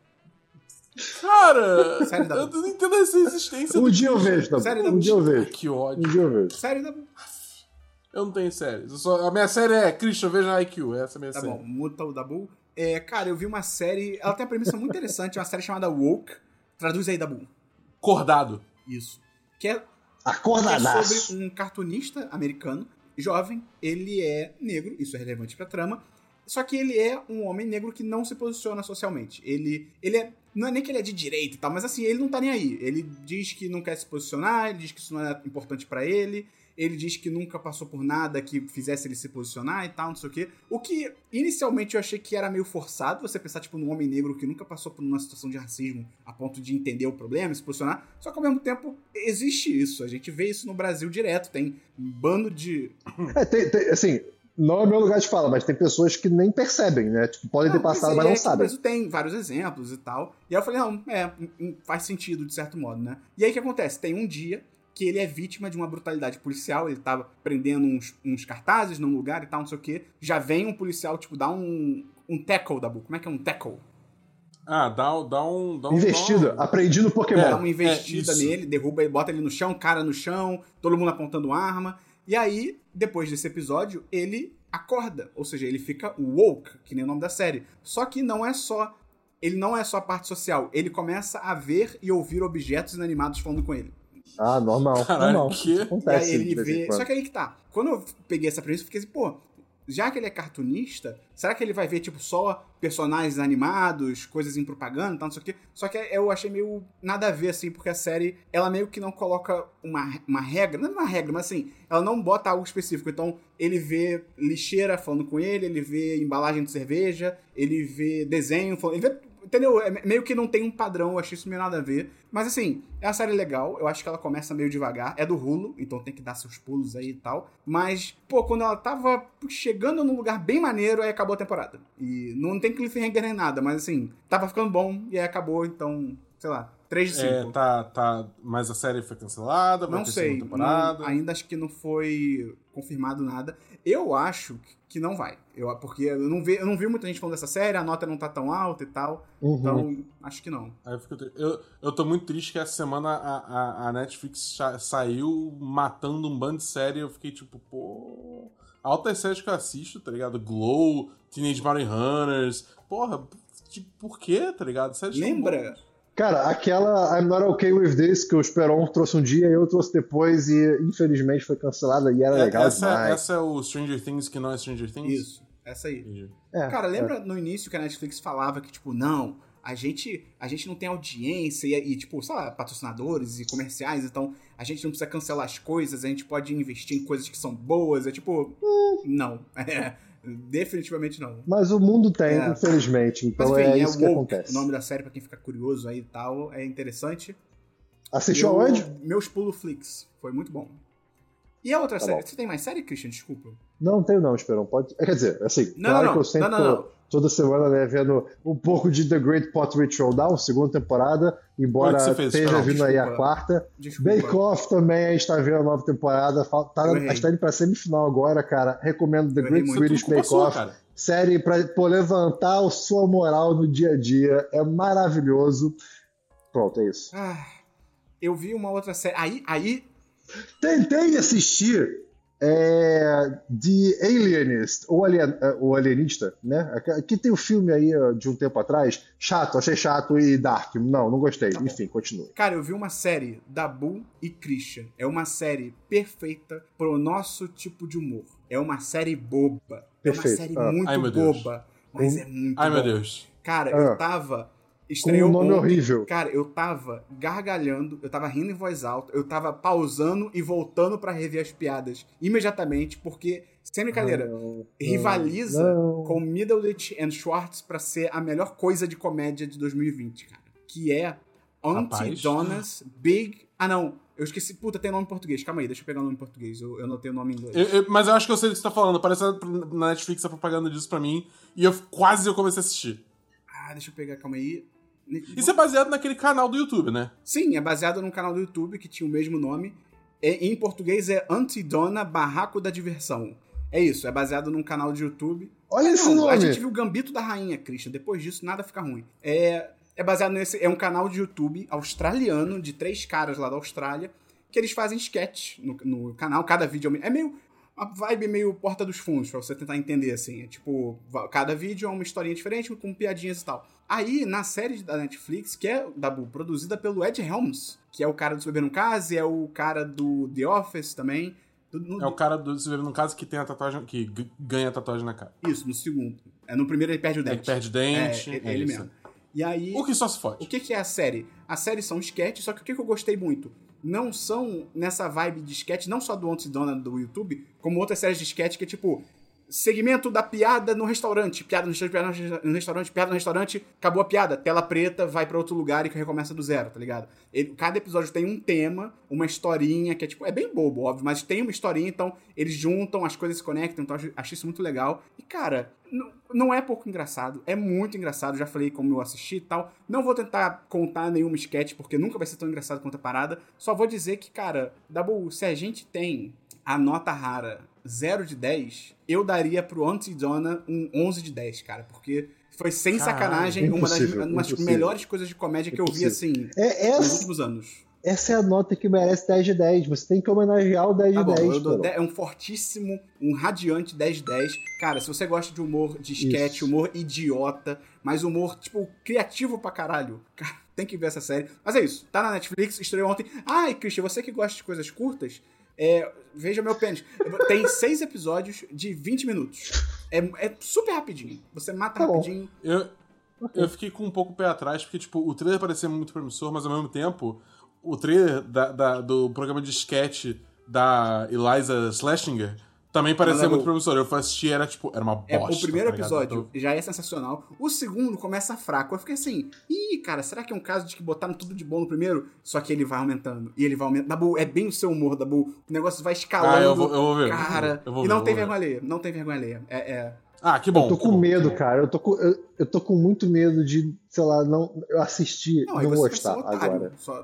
Cara, Série da eu Dabu. não entendo essa existência Um do dia eu Christian. vejo, tá? Série da Um dia eu vejo. Que Um ódio. dia eu vejo. Série, Dabu. Eu não tenho séries. Eu só- A minha série é Christian, veja I Q. Essa é a minha Tá série. bom, muta o Dabu. É, cara, eu vi uma série. Ela tem uma premissa muito interessante, é uma série chamada Woke. Traduz aí, Dabu. Cordado. Isso. Que é, que é Acordadaço. sobre um cartunista americano, jovem. Ele é negro, isso é relevante pra trama. Só que ele é um homem negro que não se posiciona socialmente. Ele, ele é. Não é nem que ele é de direita e tal, mas assim, ele não tá nem aí. Ele diz que não quer se posicionar, ele diz que isso não é importante pra ele. Ele diz que nunca passou por nada que fizesse ele se posicionar e tal, não sei o quê. O que, inicialmente, eu achei que era meio forçado, você pensar, tipo, num homem negro que nunca passou por uma situação de racismo a ponto de entender o problema e se posicionar. Só que, ao mesmo tempo, existe isso. A gente vê isso no Brasil direto. Tem um bando de... É, tem, tem, assim, Não é meu lugar de fala, mas tem pessoas que nem percebem, né? Tipo, podem Não, ter passado, é, mas não é, sabem. Mas tem vários exemplos e tal. E aí eu falei, não, é, faz sentido de certo modo, né? E aí o que acontece? Tem um dia que ele é vítima de uma brutalidade policial, ele tava prendendo uns, uns cartazes num lugar e tal, não sei o quê. Já vem um policial, tipo, dá um, um tackle da boca. Como é que é um tackle? Ah, dá, dá um... Dá um Investida, dá um... aprendi no Pokémon. Dá uma investida É, nele, derruba ele, bota ele no chão, cara no chão, todo mundo apontando arma. E aí, depois desse episódio, ele acorda. Ou seja, ele fica woke, que nem o nome da série. Só que não é só... Ele não é só a parte social. Ele começa a ver e ouvir objetos inanimados falando com ele. Ah, normal. Caralho, normal. que? Isso E acontece. aí ele de vez em vê... quando. Só que aí que tá. Quando eu peguei essa premissa, eu fiquei assim, pô... Já que ele é cartunista, será que ele vai ver, tipo, só personagens animados, coisas em propaganda e tal, não sei o quê? Só que eu achei meio nada a ver, assim, porque a série, ela meio que não coloca uma, uma regra, não é uma regra, mas assim, ela não bota algo específico. Então, ele vê lixeira falando com ele, ele vê embalagem de cerveja, ele vê desenho falando... Ele vê, entendeu? É meio que não tem um padrão, eu achei isso meio nada a ver. Mas assim, é uma série legal, eu acho que ela começa meio devagar. É do Hulu, então tem que dar seus pulos aí e tal. Mas, pô, quando ela tava chegando num lugar bem maneiro, aí acabou a temporada. E não tem cliffhanger nem nada, mas assim, tava ficando bom e aí acabou, então, sei lá, três de cinco. É, tá, tá... Mas a série foi cancelada? Vai Não ter sei, segunda temporada? não, ainda acho que não foi confirmado nada. Eu acho que não vai, eu, porque eu não, vi, eu não vi muita gente falando dessa série, a nota não tá tão alta e tal, Uhum. então acho que não. Aí eu, fico, eu, eu tô muito triste que essa semana a, a, a Netflix sa- saiu matando um bando de série e eu fiquei tipo, pô... Altas séries que eu assisto, tá ligado? Glow, Teenage Bounty Hunters... Porra, tipo, por quê, tá ligado? Séries tão Lembra? boas. Cara, aquela I'm Not Okay With This que o Esperon trouxe um dia e eu trouxe depois e infelizmente foi cancelada e era É, legal essa, demais. essa é o Stranger Things que não é Stranger Things? Isso, essa aí. Entendi. É, Cara, é. lembra no início que a Netflix falava que, tipo, não, a gente, a gente não tem audiência e, e, tipo, sei lá, patrocinadores e comerciais, então a gente não precisa cancelar as coisas, a gente pode investir em coisas que são boas, é tipo, não, é, definitivamente não. Mas o mundo tem, É. infelizmente, então Mas enfim, é é, isso que Woke, acontece. o nome da série, pra quem fica curioso aí e tal, é interessante. Assistiu Eu- aonde? Meus Pulo Flix, foi muito bom. E a outra Tá série? bom. Você tem mais série, Christian? Desculpa. Não tenho não, Esperon. Pode... Quer dizer, assim, Não, claro não, que eu sempre não, não, tô não. toda semana né, vendo um pouco de The Great Pottery Showdown, segunda temporada, embora Como é que você fez, esteja Esperon? vindo aí a Desculpa. quarta. Desculpa. Bake Off também, a gente tá vendo a nova temporada. Fal- Tá, Eu a errei. gente tá indo pra semifinal agora, cara. Recomendo The Eu errei Great muito. Swedish Culpa Bake sua, Off. cara. Série pra pô, levantar a sua moral no dia a dia. É maravilhoso. Pronto, é isso. Ah, eu vi uma outra série. Aí, aí Tentei assistir é, The Alienist, ou Alien, o Alienista, né? Aqui tem o um filme aí ó, de um tempo atrás. Chato, achei chato e dark. Não, não gostei. Tá Enfim, continua. Cara, eu vi uma série da Bull e Christian. É uma série perfeita pro nosso tipo de humor. É uma série boba. Perfeito. É uma série Ah. muito Ai, meu Deus. boba. Mas é muito Ai, meu boa. Deus. Cara, Ah. eu tava... Com Estreou um nome ontem. horrível. Cara, eu tava gargalhando, eu tava rindo em voz alta, eu tava pausando e voltando pra rever as piadas imediatamente, porque, sem brincadeira, Não, rivaliza não. com Middleditch and Schwartz pra ser a melhor coisa de comédia de dois mil e vinte, cara. Que é Rapaz. Anti-Donas Big... Ah, não. Eu esqueci. Puta, tem nome em português. Calma aí, deixa eu pegar o nome em português. Eu, eu anotei o nome em inglês. Eu- eu- mas eu acho que eu sei do que você tá falando. Aparece na Netflix a propaganda disso pra mim. E eu quase eu comecei a assistir. Ah, deixa eu pegar, calma aí. Isso é baseado naquele canal do YouTube, né? Sim, é baseado num canal do YouTube que tinha o mesmo nome. É, em português é Antidona Barraco da Diversão. É isso, é baseado num canal de YouTube. Olha Ah, esse não, A nome. gente viu Gambito da Rainha, Christian. Depois disso, nada fica ruim. É, é baseado nesse... É um canal de YouTube australiano, de três caras lá da Austrália, que eles fazem sketch no, no canal. Cada vídeo é meio... Uma vibe meio Porta dos Fundos, pra você tentar entender, assim. É tipo, va- cada vídeo é uma historinha diferente, com piadinhas e tal. Aí, na série da Netflix, que é, da Bull, produzida pelo Ed Helms, que é o cara do Se Beber Não Case, é o cara do The Office também. Do- no- É o cara do, se vê no caso, que tem a tatuagem, que g- ganha a tatuagem na cara. Isso, no segundo. É, no primeiro ele perde o É dente. que perde dente. É, é ele isso. mesmo. E aí... O que só se O fode. que, que é a série? A série são sketches, só que o que, que eu gostei muito? Não são nessa vibe de sketch, não só do Antidona do YouTube, como outras séries de sketch que é tipo, segmento da piada no restaurante. Piada no restaurante, piada no restaurante, piada no restaurante. Acabou a piada. Tela preta, vai pra outro lugar e recomeça do zero, tá ligado? Ele, cada episódio tem um tema, uma historinha, que é tipo... É bem bobo, óbvio, mas tem uma historinha, então eles juntam, as coisas se conectam, então eu acho isso muito legal. E, cara, não, não é pouco engraçado, é muito engraçado. Já falei como eu assisti e tal. Não vou tentar contar nenhuma sketch, porque nunca vai ser tão engraçado quanto a parada. Só vou dizer que, cara, Dabu, se a gente tem a nota rara zero de dez, eu daria pro Anti-Donna um onze de dez, cara, porque foi sem Caralho, sacanagem uma das, uma das melhores coisas de comédia que eu vi, assim, é, é, nos últimos anos. Essa é a nota que merece dez de dez. Você tem que homenagear o dez tá de bom, dez. Eu dou dez, é um fortíssimo, um radiante dez de dez. Cara, se você gosta de humor de sketch, Isso. humor idiota, mas humor, tipo, criativo pra caralho, cara, tem que ver essa série. Mas é isso, tá na Netflix, estreou ontem. Ai, Christian, você que gosta de coisas curtas, é, veja meu pênis. Tem seis episódios de vinte minutos. É, é super rapidinho. Você mata tá rapidinho. Eu, eu fiquei com um pouco o pé atrás, porque, tipo, o trailer parecia muito promissor, mas ao mesmo tempo, o trailer da, da, do programa de sketch da Eliza Schlesinger também parecia muito promissor. Eu fui assistir e era, tipo, era uma bosta. É, o primeiro tá episódio então... já é sensacional. O segundo começa fraco. Eu fiquei assim, ih, cara, será que é um caso de que botaram tudo de bom no primeiro? Só que ele vai aumentando. E ele vai aumentando. Dabu, é bem o seu humor, Dabu. O negócio vai escalando. Ah, eu vou, eu vou ver. Cara, eu vou e ver, não tem ver. vergonha alheia. Não tem vergonha alheia. É, é... Ah, que bom. Eu tô com bom, medo, cara. Eu tô com, eu, eu tô com muito medo de, sei lá, não eu assistir não, e não você gostar vai ser um otário, agora. Só...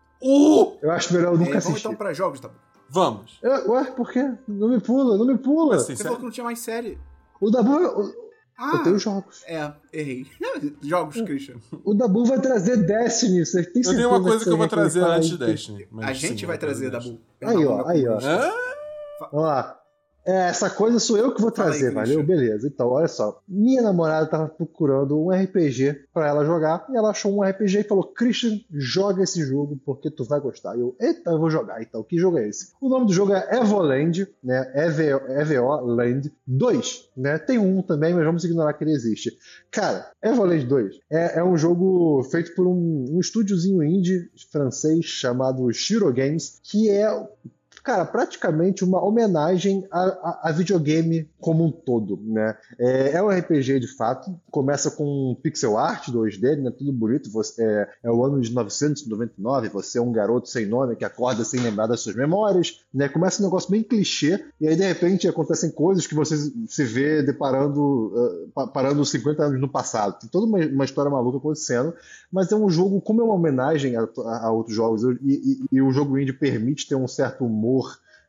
Uh! Eu acho melhor eu nunca é, assistir. Vamos então pra jogos, Dabu. Vamos. Eu, ué, por quê? Não me pula, não me pula. Mas, Você sério? falou que não tinha mais série. O Dabu... O, Ah, eu tenho jogos. É, errei. Jogos, Christian. O Dabu vai trazer Destiny. Você tem certeza Eu tenho uma coisa que, que eu vou você trazer vai antes de ter- Destiny. mas A gente sim, vai eu vou trazer, Destiny. Dabu. Aí, ó, aí, ó. Hã? Vamos lá. É, essa coisa sou eu que vou Fala aí, trazer, valeu? Christian. Beleza. Então, olha só. Minha namorada tava procurando um R P G pra ela jogar e ela achou um R P G e falou: Christian, joga esse jogo porque tu vai gostar. E eu, eita, eu vou jogar. Então, que jogo é esse? O nome do jogo é Evoland, né? E V O Land dois, né? Tem um também, mas vamos ignorar que ele existe. Cara, Evoland dois é, é um jogo feito por um, um estúdiozinho indie francês chamado Shiro Games, que é... Cara, praticamente uma homenagem a, a, a videogame como um todo, né? É, é um R P G de fato, começa com pixel art dois D, né? Tudo bonito. Você, é, é o ano de novecentos e noventa e nove, você é um garoto sem nome que acorda sem lembrar das suas memórias, né? Começa um negócio bem clichê, e aí de repente acontecem coisas que você se vê deparando, uh, parando cinquenta anos no passado. Tem toda uma, uma história maluca acontecendo, mas é um jogo, como é uma homenagem a, a, a outros jogos, e, e, e o jogo indie permite ter um certo humor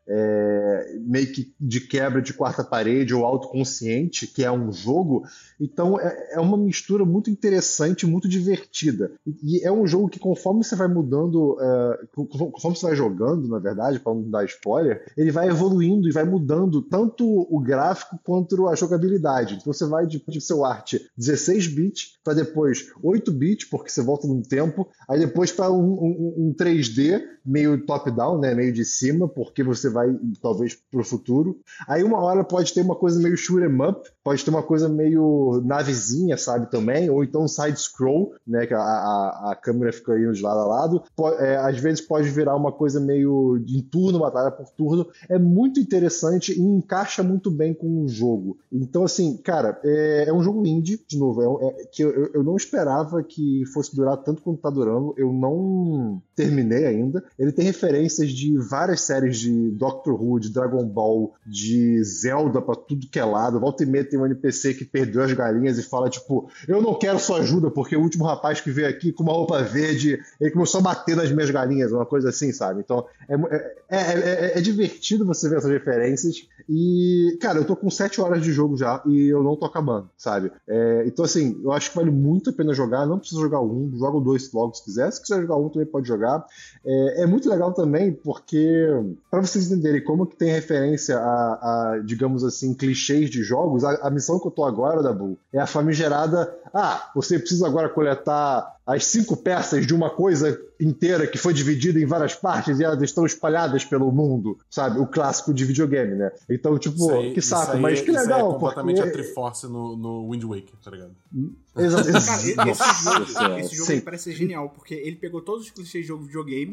É, meio que de quebra de quarta parede ou autoconsciente, que é um jogo. Então é, é uma mistura muito interessante, muito divertida. E, e é um jogo que, conforme você vai mudando, é, conforme você vai jogando, na verdade, para não dar spoiler, ele vai evoluindo e vai mudando tanto o gráfico quanto a jogabilidade. Então você vai de pixel art dezesseis bits para depois oito bits, porque você volta num tempo, aí depois para um, um, um três D meio top-down, né, meio de cima, porque você vai talvez pro futuro. Aí uma hora pode ter uma coisa meio shoot 'em up, pode ter uma coisa meio navezinha, sabe, também, ou então side-scroll, né, que a, a, a câmera fica indo de lado a lado. Pode, é, às vezes pode virar uma coisa meio de turno, batalha por turno. É muito interessante e encaixa muito bem com o jogo. Então, assim, cara, é, é um jogo indie, de novo, é, é, que eu, eu não esperava que fosse durar tanto quanto tá durando. Eu não terminei ainda. Ele tem referências de várias séries de Doctor Who, de Dragon Ball, de Zelda pra tudo que é lado. Volta e meia tem um N P C que perdeu as galinhas e fala, tipo, eu não quero sua ajuda, porque o último rapaz que veio aqui com uma roupa verde, ele começou a bater nas minhas galinhas, uma coisa assim, sabe? Então, é, é, é, é divertido você ver essas referências. E, cara, eu tô com sete horas de jogo já e eu não tô acabando, sabe? É, então, assim, eu acho que vale muito a pena jogar. Não precisa jogar um, joga o dois logo se quiser. Se quiser jogar um, também pode jogar. É, é muito legal também porque, pra vocês entenderem como que tem referência a, a digamos assim, clichês de jogos, a, a missão que eu tô agora, Dabu, é a famigerada, ah, você precisa agora coletar as cinco peças de uma coisa inteira que foi dividida em várias partes e elas estão espalhadas pelo mundo, sabe? O clássico de videogame, né? Então, tipo, aí, que saco, aí, mas que isso legal. Aí é completamente porque... a Triforce no, no Wind Waker, tá ligado? Exato. Cara, esse jogo, Nossa, esse jogo sim. me parece ser genial, porque ele pegou todos os clichês de jogo de videogame,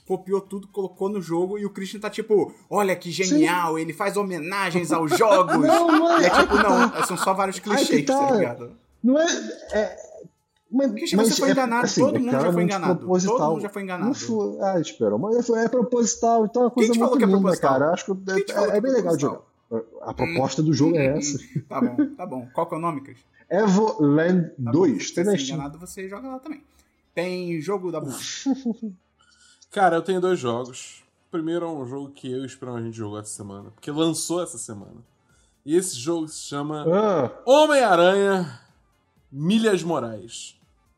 copiou tudo, colocou no jogo e o Christian tá tipo, olha que genial, Sim. ele faz homenagens aos jogos. Não, não é. E é tipo, não, são só vários clichês, tá. tá ligado? Não é... é... Mas, Christian, mas você foi é, enganado, assim, todo é mundo já foi enganado. Proposital. Todo mundo já foi enganado. Não foi, ah, espera, mas é proposital, então é uma coisa Quem te falou muito que é linda, proposital? cara. Acho que é, é, é bem legal de jogar. A proposta do jogo é essa. Tá bom, tá bom. Qual que é o nome, Cris? Evoland tá dois. Se você é enganado, você joga lá também. Tem jogo da Bull. Cara, eu tenho dois jogos. O primeiro é um jogo que eu e o Esperão a gente jogou essa semana. Porque lançou essa semana. E esse jogo se chama ah. Homem-Aranha Milhas Morais.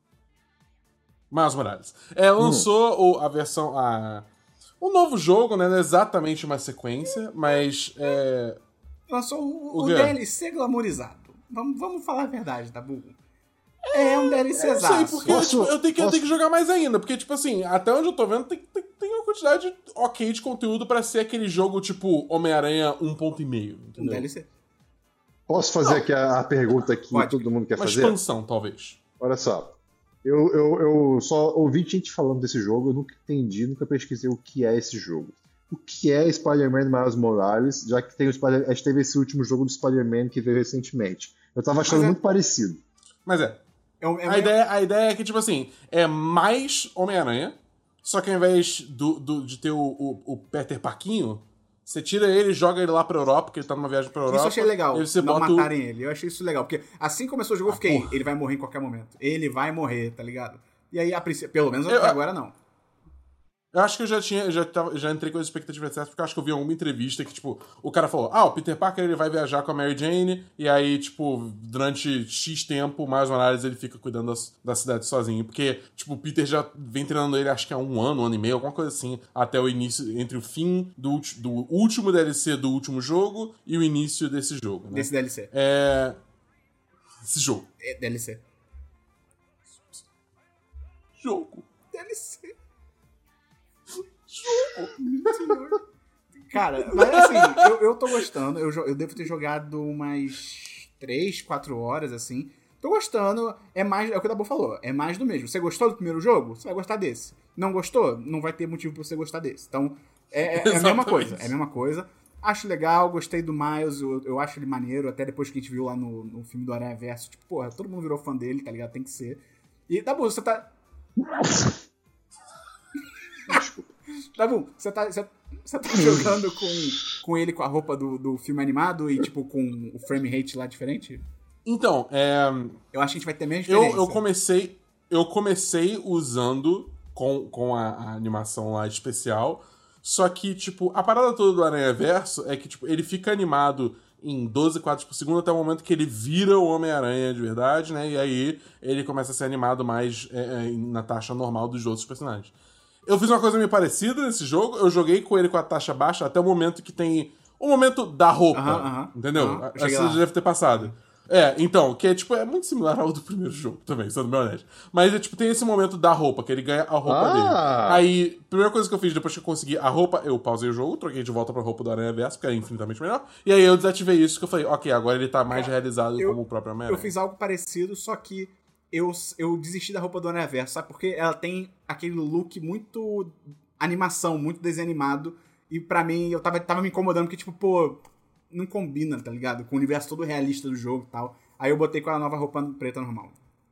Miles Morales. É, lançou hum. a versão... A, o novo jogo, né? Não é exatamente uma sequência, mas... É... Lançou o, o, o D L C glamourizado. Vamos, vamos falar a verdade, tá, Bull? É um D L C exato. Sei, porque posso, tipo, eu, tenho que, posso... eu tenho que jogar mais ainda. Porque, tipo assim, até onde eu tô vendo, tem, tem, tem uma quantidade ok de conteúdo pra ser aquele jogo, tipo, Homem-Aranha um ponto e meio. Um D L C. Posso fazer Não. aqui a, a pergunta que Pode. todo mundo quer uma fazer? Uma expansão, talvez. Olha só. Eu, eu, eu só ouvi gente falando desse jogo, eu nunca entendi, nunca pesquisei o que é esse jogo. O que é Spider-Man Miles Morales, já que tem o Spider- a gente teve esse último jogo do Spider-Man que veio recentemente. Eu tava achando é... muito parecido. Mas é. é, é a, ideia, a ideia é que, tipo assim, é mais Homem-Aranha, só que ao invés do, do, de ter o, o, o Peter Parquinho, você tira ele e joga ele lá pra Europa, porque ele tá numa viagem pra Europa. Isso eu achei legal, você não bota matarem o... ele. Eu achei isso legal, porque assim começou o jogo, eu fiquei, ah, ele vai morrer em qualquer momento. Ele vai morrer, tá ligado? E aí, a princípio, pelo menos até eu, agora, não. Eu acho que eu já tinha, já, tava, já entrei com as expectativas certas, porque eu acho que eu vi alguma entrevista que, tipo, o cara falou, ah, o Peter Parker ele vai viajar com a Mary Jane, e aí, tipo, durante X tempo, mais uma análise, ele fica cuidando da, da cidade sozinho. Porque, tipo, o Peter já vem treinando ele, acho que há um ano, um ano e meio, alguma coisa assim, até o início, entre o fim do, do último D L C do último jogo e o início desse jogo, né? Desse D L C. É... Esse jogo. É D L C. Jogo. D L C. Jogo. Cara, mas assim, eu, eu tô gostando. Eu, eu devo ter jogado umas três, quatro horas, assim. Tô gostando. É mais. É o que o Dabu falou. É mais do mesmo. Você gostou do primeiro jogo? Você vai gostar desse. Não gostou? Não vai ter motivo pra você gostar desse. Então, é, é, é a mesma coisa. É a mesma coisa. Acho legal, gostei do Miles. Eu, eu acho ele maneiro. Até depois que a gente viu lá no, no filme do Aranha Verso. Tipo, porra, todo mundo virou fã dele, tá ligado? Tem que ser. E, Dabu, você tá. Tá bom, você tá, você, você tá jogando com, com ele com a roupa do, do filme animado e, tipo, com o frame rate lá diferente? Então, é... Eu acho que a gente vai ter menos diferença. Eu, eu comecei eu comecei usando com, com a, a animação lá especial, só que, tipo, a parada toda do Aranha Verso é que, tipo, ele fica animado em doze quadros por segundo até o momento que ele vira o Homem-Aranha de verdade, né? E aí ele começa a ser animado mais é, é, na taxa normal dos outros personagens. Eu fiz uma coisa meio parecida nesse jogo. Eu joguei com ele com a taxa baixa até o momento que tem... O momento da roupa, uh-huh, uh-huh, entendeu? Uh-huh, Você já deve ter passado. É, então, que é tipo, é muito similar ao do primeiro jogo também, sendo bem honesto. Mas é tipo, tem esse momento da roupa, que ele ganha a roupa ah. dele. Aí, a primeira coisa que eu fiz depois que eu consegui a roupa, eu pausei o jogo, troquei de volta pra roupa do Aranha Verso, que é infinitamente melhor. E aí eu desativei isso, que eu falei, ok, agora ele tá mais é, realizado eu, como o próprio Homem-Aranha. Eu fiz algo parecido, só que eu, eu desisti da roupa do Aranha Verso, sabe? Porque ela tem aquele look muito animação, muito desanimado. E pra mim, eu tava, tava me incomodando, porque tipo, pô, não combina, tá ligado? Com o universo todo realista do jogo e tal. Aí eu botei com a nova roupa preta normal.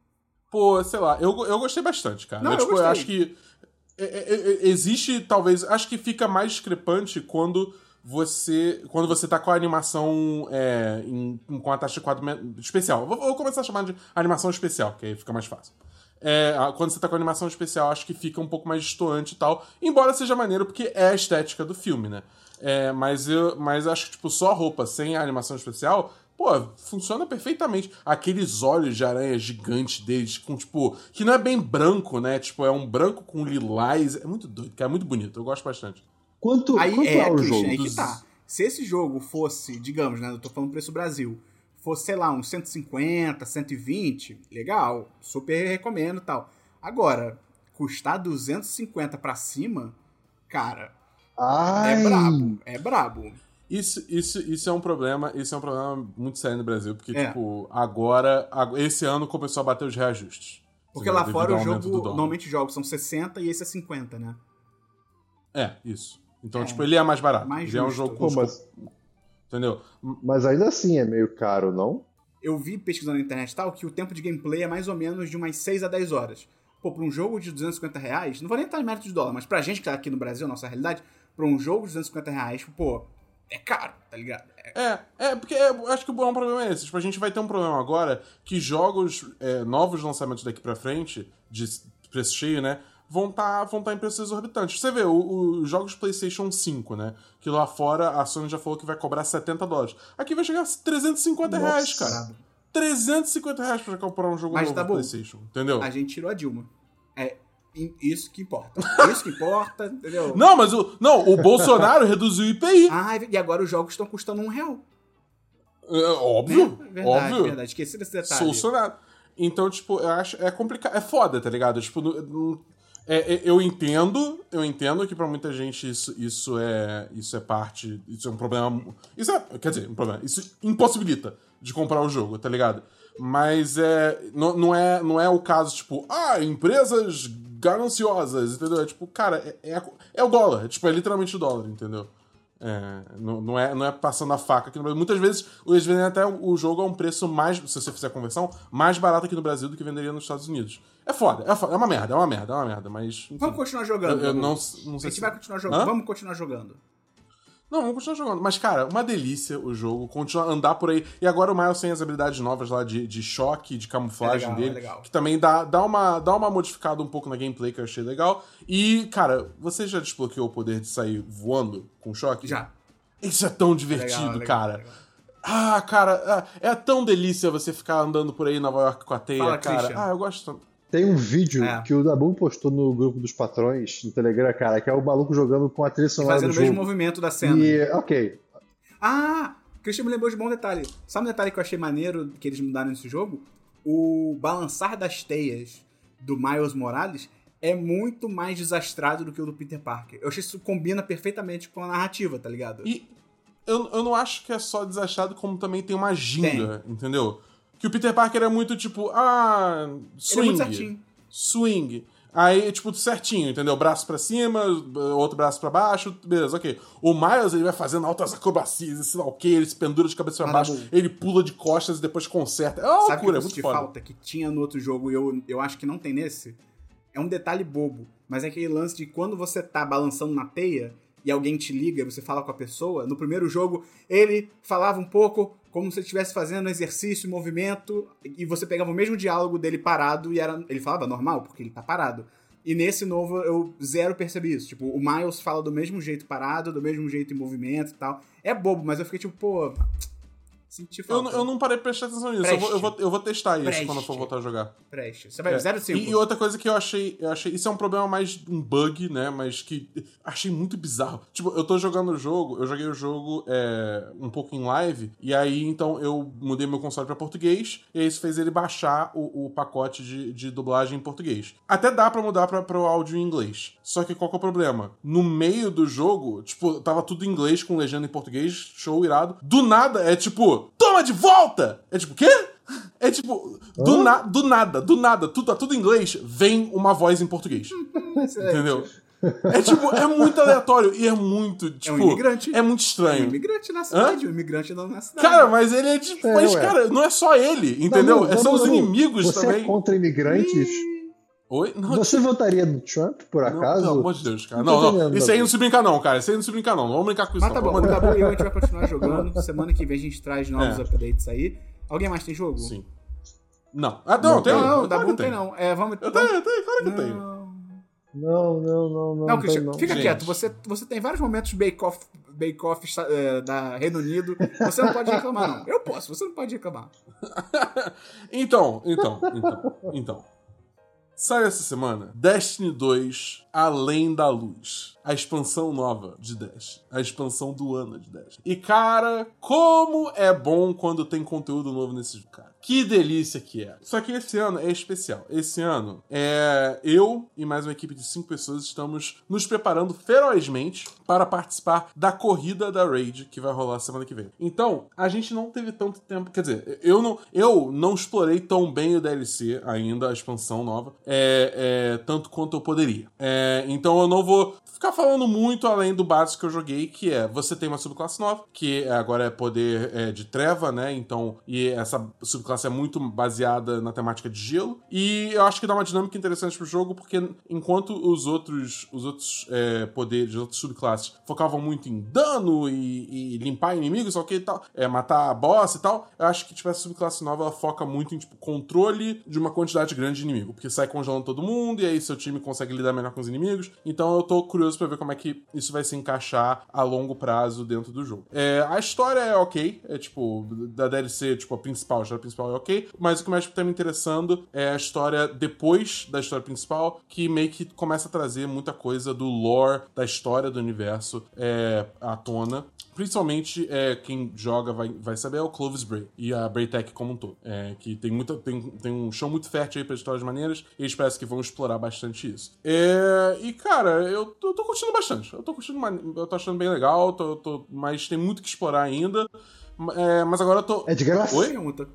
Pô, sei lá, eu, eu gostei bastante, cara. Não, eu, tipo, eu, eu acho que é, é, é, existe, talvez, acho que fica mais discrepante quando você quando você tá com a animação é, em, com a taxa de quadro especial. Vou, vou começar a chamar de animação especial, que aí fica mais fácil. É, quando você tá com a animação especial, acho que fica um pouco mais distoante e tal, embora seja maneiro, porque é a estética do filme, né? É, mas eu mas acho que, tipo, só a roupa sem a animação especial, pô, funciona perfeitamente. Aqueles olhos de aranha gigantes deles, com, tipo, que não é bem branco, né? Tipo, é um branco com lilás. É muito doido, cara, é muito bonito. Eu gosto bastante. Quanto, aí, quanto é, é o Christian, jogo? Aí que tá. Se esse jogo fosse, digamos, né? Eu tô falando preço Brasil, fosse, sei lá, uns cento e cinquenta, cento e vinte, legal, super recomendo e tal. Agora, custar duzentos e cinquenta pra cima, cara, Ai. é brabo, é brabo. Isso, isso, isso é um problema, isso é um problema muito sério no Brasil, porque, é. tipo, agora, esse ano começou a bater os reajustes. Porque lá fora o jogo, normalmente os jogos são sessenta e esse é cinquenta, né? É, isso. Então, é. tipo, ele é mais barato. Mais ele justo. é um jogo com... Pô, mas... Entendeu? Mas ainda assim é meio caro, não? Eu vi pesquisando na internet e tal que o tempo de gameplay é mais ou menos de umas seis a dez horas. Pô, pra um jogo de duzentos e cinquenta reais, não vou nem estar em mérito de dólar, mas pra gente que tá aqui no Brasil, nossa realidade, pra um jogo de duzentos e cinquenta reais, pô, é caro, tá ligado? É, é, é porque é, eu acho que o bom problema é esse. Tipo, a gente vai ter um problema agora que jogos, é, novos lançamentos daqui pra frente, de preço cheio, né, vão estar tá, vão tá em preços exorbitantes. Você vê, os jogos PlayStation cinco, né, que lá fora a Sony já falou que vai cobrar setenta dólares. Aqui vai chegar a trezentos e cinquenta reais, cara. trezentos e cinquenta reais pra comprar um jogo mas novo tá no bom. PlayStation, entendeu? A gente tirou a Dilma. É isso que importa. Isso que importa, entendeu? Não, mas o, não, o Bolsonaro reduziu o I P I. Ah, e agora os jogos estão custando um real. É, óbvio, Né? Verdade, óbvio. verdade. Esqueci desse detalhe. Bolsonaro. Então, tipo, eu acho, é complicado, é foda, tá ligado? Tipo, não, não, é, é, eu entendo, eu entendo que pra muita gente isso, isso, é, isso é parte, isso é um problema, isso é, quer dizer, um problema, isso impossibilita de comprar o jogo, tá ligado? Mas é, não, não, é, não é o caso, tipo, ah, empresas gananciosas, entendeu? É tipo, cara, é, é, é o dólar, tipo, é literalmente o dólar, entendeu? É, não, não, é, não é passando a faca aqui no Brasil. Muitas vezes eles vendem até o jogo a um preço mais, se você fizer a conversão, mais barato aqui no Brasil do que venderia nos Estados Unidos. É foda, é, foda, é uma merda, é uma merda, é uma merda, mas... Enfim, vamos continuar jogando. Eu, eu não, não sei sei se se... vai continuar jogando. Hã? Vamos continuar jogando. Não, vamos continuar jogando. Mas, cara, uma delícia o jogo, continuar a andar por aí. E agora o Miles tem as habilidades novas lá de, de choque, de camuflagem é legal, dele, é legal. que também dá, dá, uma, dá uma modificada um pouco na gameplay que eu achei legal. E, cara, você já desbloqueou o poder de sair voando com choque? Já. Isso é tão divertido, é legal, é legal, cara. é legal. Ah, cara, é tão delícia você ficar andando por aí em Nova York com a teia, Fala, cara. Christian. Ah, eu gosto tanto. Tem um vídeo É. que o Dabu postou no grupo dos patrões, no Telegram, cara, que é o maluco jogando com a trilha sonora Fazendo do o mesmo jogo. movimento da cena. E, ok, Ah, o Christian me lembrou de um bom detalhe. Sabe um detalhe que eu achei maneiro que eles mudaram nesse jogo? O balançar das teias do Miles Morales é muito mais desastrado do que o do Peter Parker. Eu achei que isso combina perfeitamente com a narrativa, tá ligado? E eu, eu não acho que é só desastrado, como também tem uma ginga, tem. Entendeu? Que o Peter Parker é muito tipo, ah, swing. Ele é muito certinho. Swing. Aí, tipo, certinho, entendeu? Braço pra cima, outro braço pra baixo, beleza, ok. O Miles, ele vai fazendo altas acrobacias, sei lá o que, ele se pendura de cabeça pra Ah, baixo, bom. ele pula de costas e depois conserta. É uma Sabe o que loucura, é eu muito senti foda. falta que tinha no outro jogo e eu, eu acho que não tem nesse? É um detalhe bobo, mas é aquele lance de quando você tá balançando na teia e alguém te liga e você fala com a pessoa, no primeiro jogo ele falava um pouco como se ele estivesse fazendo exercício, movimento, e você pegava o mesmo diálogo dele parado e era, ele falava normal, porque ele tá parado. E nesse novo eu zero percebi isso. Tipo, o Miles fala do mesmo jeito parado, do mesmo jeito em movimento e tal. É bobo, mas eu fiquei tipo, pô... Senti Eu, falta. não- eu não parei de prestar atenção nisso. Eu Preste. vou, eu, vou, eu vou testar isso Preste. quando eu for voltar a jogar. Preste. Você vai É. zero cinco. E, e outra coisa que eu achei, eu achei. Isso é um problema mais um bug, né? Mas que achei muito bizarro. Tipo, eu tô jogando o jogo, eu joguei o jogo é, um pouco em live, e aí então eu mudei meu console pra português, e aí isso fez ele baixar o, o pacote de, de dublagem em português. Até dá pra mudar pra, pro áudio em inglês. Só que qual que é o problema? No meio do jogo, tipo, tava tudo em inglês com legenda em português, show irado. Do nada, é tipo, toma de volta! É tipo, quê? É tipo, do, na, do nada, do nada, tudo, tá tudo em inglês, vem uma voz em português. Entendeu? É tipo, é muito aleatório e é muito, tipo... um imigrante. É muito É um estranho. imigrante na cidade, um imigrante não na cidade. Cara, mas ele é tipo... É, mas, ué. cara, não é só ele, entendeu? Dabu, São Dabu, os Dabu, inimigos você também. é contra imigrantes? Oi? Não, Você votaria no Trump, por não, acaso? pelo amor de Deus, cara. Não tô Não, não. entendendo, Isso aí Dabu. não se brinca não, cara. Isso aí não se brinca não. Não vamos brincar com isso Mas tá não. bom, o Pelo amor de Dabu e eu a gente vai continuar jogando. Semana que vem a gente traz novos É. updates aí. Alguém mais tem jogo? Deus. Sim. Não. Ah, não, Não, tem. Não, não, o Claro Dabu que não tem não. É, vamos... Eu tenho, eu tenho, claro que eu tenho. Não, Não, não, não, não. não, Christian, tem, não. fica Gente. quieto. Você, você tem vários momentos bake-off bake off, é, da Reino Unido. Você não pode reclamar, não. Eu posso, você não pode reclamar. Então, então, então, então. Sai essa semana Destiny dois Além da Luz. A expansão nova de Destiny. A expansão do ano de Destiny. E, cara, como é bom quando tem conteúdo novo nesse jogo, cara. Que delícia que é. Só que esse ano é especial. Esse ano, é eu e mais uma equipe de cinco pessoas estamos nos preparando ferozmente para participar da corrida da Raid que vai rolar semana que vem. Então, a gente não teve tanto tempo. Quer dizer, eu não, eu não explorei tão bem o D L C ainda, a expansão nova. é, é, tanto quanto eu poderia. É, então eu não vou ficar falando muito além do básico que eu joguei, que é, você tem uma subclasse nova, que agora é poder é, de treva, né, então, e essa subclasse é muito baseada na temática de gelo, e eu acho que dá uma dinâmica interessante pro jogo, porque enquanto os outros, os outros é, poderes, as outras subclasses focavam muito em dano e, e limpar inimigos, ok, e tal, é, matar boss e tal, eu acho que, tipo, essa subclasse nova, ela foca muito em, tipo, controle de uma quantidade grande de inimigo, porque sai congelando todo mundo, e aí seu time consegue lidar melhor com os inimigos, então eu tô curioso pra ver como é que isso vai se encaixar a longo prazo dentro do jogo. É, a história é ok, é tipo, da D L C, tipo, a principal, a história principal é ok, mas o que mais tá me interessando é a história depois da história principal, que meio que começa a trazer muita coisa do lore, da história do universo é, à tona. Principalmente, é, quem joga vai, vai saber, é o Clovis Bray e a Braytech como um todo. É, que tem, muita, tem, tem um chão muito fértil aí para histórias maneiras e eles parecem que vão explorar bastante isso. É, e, cara, eu tô, eu tô curtindo bastante. Eu tô curtindo, eu tô achando bem legal, tô, tô, mas tem muito que explorar ainda. É, mas agora eu tô... É de graça? Oi?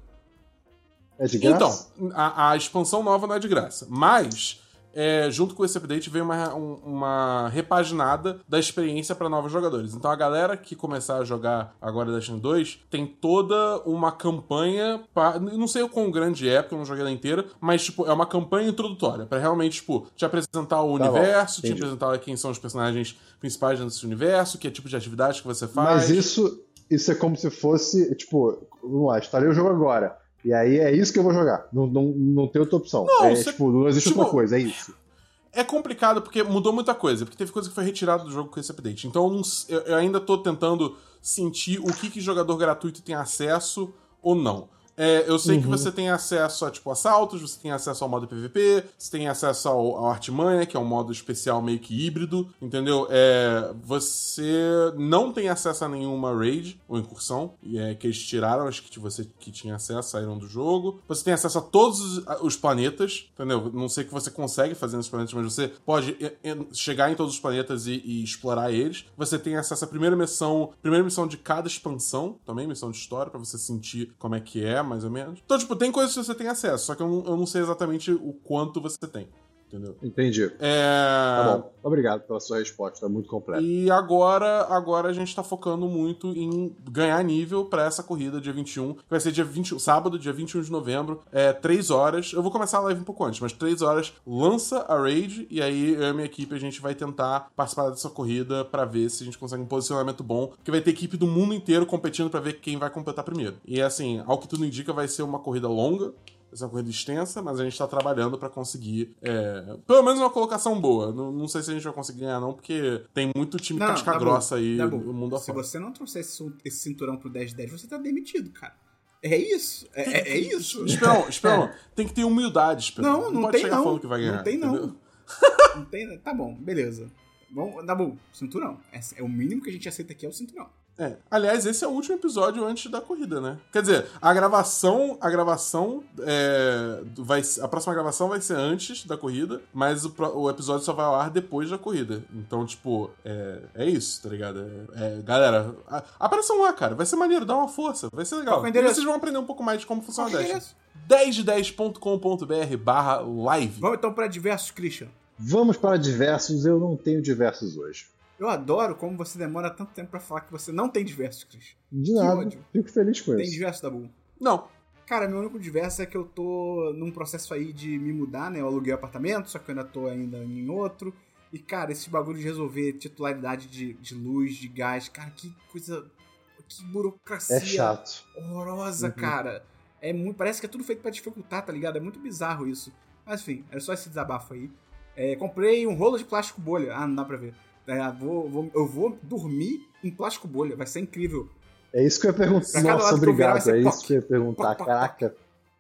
É de graça? Então, a, a expansão nova não é de graça, mas... É, junto com esse update veio uma, um, uma repaginada da experiência para novos jogadores. Então a galera que começar a jogar agora Destiny dois tem toda uma campanha, pra, não sei o quão grande é, porque eu não joguei ela inteira, mas tipo, é uma campanha introdutória para realmente tipo, te apresentar o tá universo, bom, te apresentar quem são os personagens principais dentro desse universo, que é tipo de atividade que você faz. Mas isso, isso é como se fosse, tipo, vamos lá, instalei o jogo agora. E aí é isso que eu vou jogar. Não, não, não tem outra opção. Não, é, cê, tipo, não existe tipo, outra coisa, é isso. É complicado porque mudou muita coisa, porque teve coisa que foi retirada do jogo com esse update. Então eu, não, eu, eu ainda tô tentando sentir o que, que jogador gratuito tem acesso ou não. É, eu sei uhum. que você tem acesso a, tipo, assaltos, você tem acesso ao modo P V P, você tem acesso ao, ao Artimanha, que é um modo especial meio que híbrido, entendeu? É, você não tem acesso a nenhuma raid ou incursão, é, que eles tiraram, acho que você que tinha acesso, saíram do jogo. Você tem acesso a todos os, os planetas, entendeu? Não sei o que você consegue fazer nesses planetas, mas você pode chegar em todos os planetas e, e explorar eles. Você tem acesso à primeira missão, primeira missão de cada expansão, também missão de história, pra você sentir como é que é, mais ou menos. Então, tipo, tem coisas que você tem acesso, só que eu não, eu não sei exatamente o quanto você tem. Entendeu? Entendi. É... Tá bom. Obrigado pela sua resposta, é muito completa. E agora, agora a gente tá focando muito em ganhar nível pra essa corrida dia vinte e um, que vai ser dia vinte e um, sábado, dia vinte e um de novembro, é três horas. Eu vou começar a live um pouco antes, mas três horas lança a raid, e aí eu e a minha equipe a gente vai tentar participar dessa corrida pra ver se a gente consegue um posicionamento bom, porque vai ter equipe do mundo inteiro competindo pra ver quem vai completar primeiro. E assim, ao que tudo indica, vai ser uma corrida longa, essa corrida extensa, mas a gente tá trabalhando pra conseguir é, pelo menos uma colocação boa. Não, não sei se a gente vai conseguir ganhar não, porque tem muito time não, casca grossa aí no mundo afora. Se afora. você não trouxer esse, esse cinturão pro dez de dez, você tá demitido, cara. É isso. É, tem, é, é isso. Esperão, Esperão. É. Tem que ter humildade, Esperão. Não, não, não pode tem chegar não. falando que vai ganhar. Não tem não. Entendeu? Não tem, tá bom, beleza. Bom, tá bom, cinturão. É, é o mínimo que a gente aceita aqui é o cinturão. É. Aliás, esse é o último episódio antes da corrida, né? Quer dizer, a gravação, a gravação é, vai, a próxima gravação vai ser antes da corrida, mas o, o episódio só vai ao ar depois da corrida. Então, tipo, é, é isso, tá ligado? É, é, galera, a, apareçam lá, cara. Vai ser maneiro, dá uma força, vai ser legal. E vocês vão aprender um pouco mais de como funciona a Dash. dez de dez ponto com ponto b r barra live. Vamos então para diversos, Christian. Vamos para diversos, eu não tenho diversos hoje. Eu adoro como você demora tanto tempo pra falar que você não tem diversos, Cris. De nada, fico feliz com tem isso. Tem diversos, Dabu? Não. Cara, meu único diverso é que eu tô num processo aí de me mudar, né? Eu aluguei um apartamento, só que eu ainda tô ainda em outro. E, cara, esse bagulho de resolver titularidade de, de luz, de gás, cara, que coisa... Que burocracia... É chato. Horrorosa, uhum. cara. É muito, parece que é tudo feito pra dificultar, tá ligado? É muito bizarro isso. Mas, enfim, era só esse desabafo aí. É, comprei um rolo de plástico bolha. Ah, não dá pra ver. É, vou, vou, eu vou dormir em plástico bolha, vai ser incrível. É isso que eu ia perguntar. Nossa, obrigado. Virar, é isso poc, que eu ia perguntar. Poc, poc, Caraca.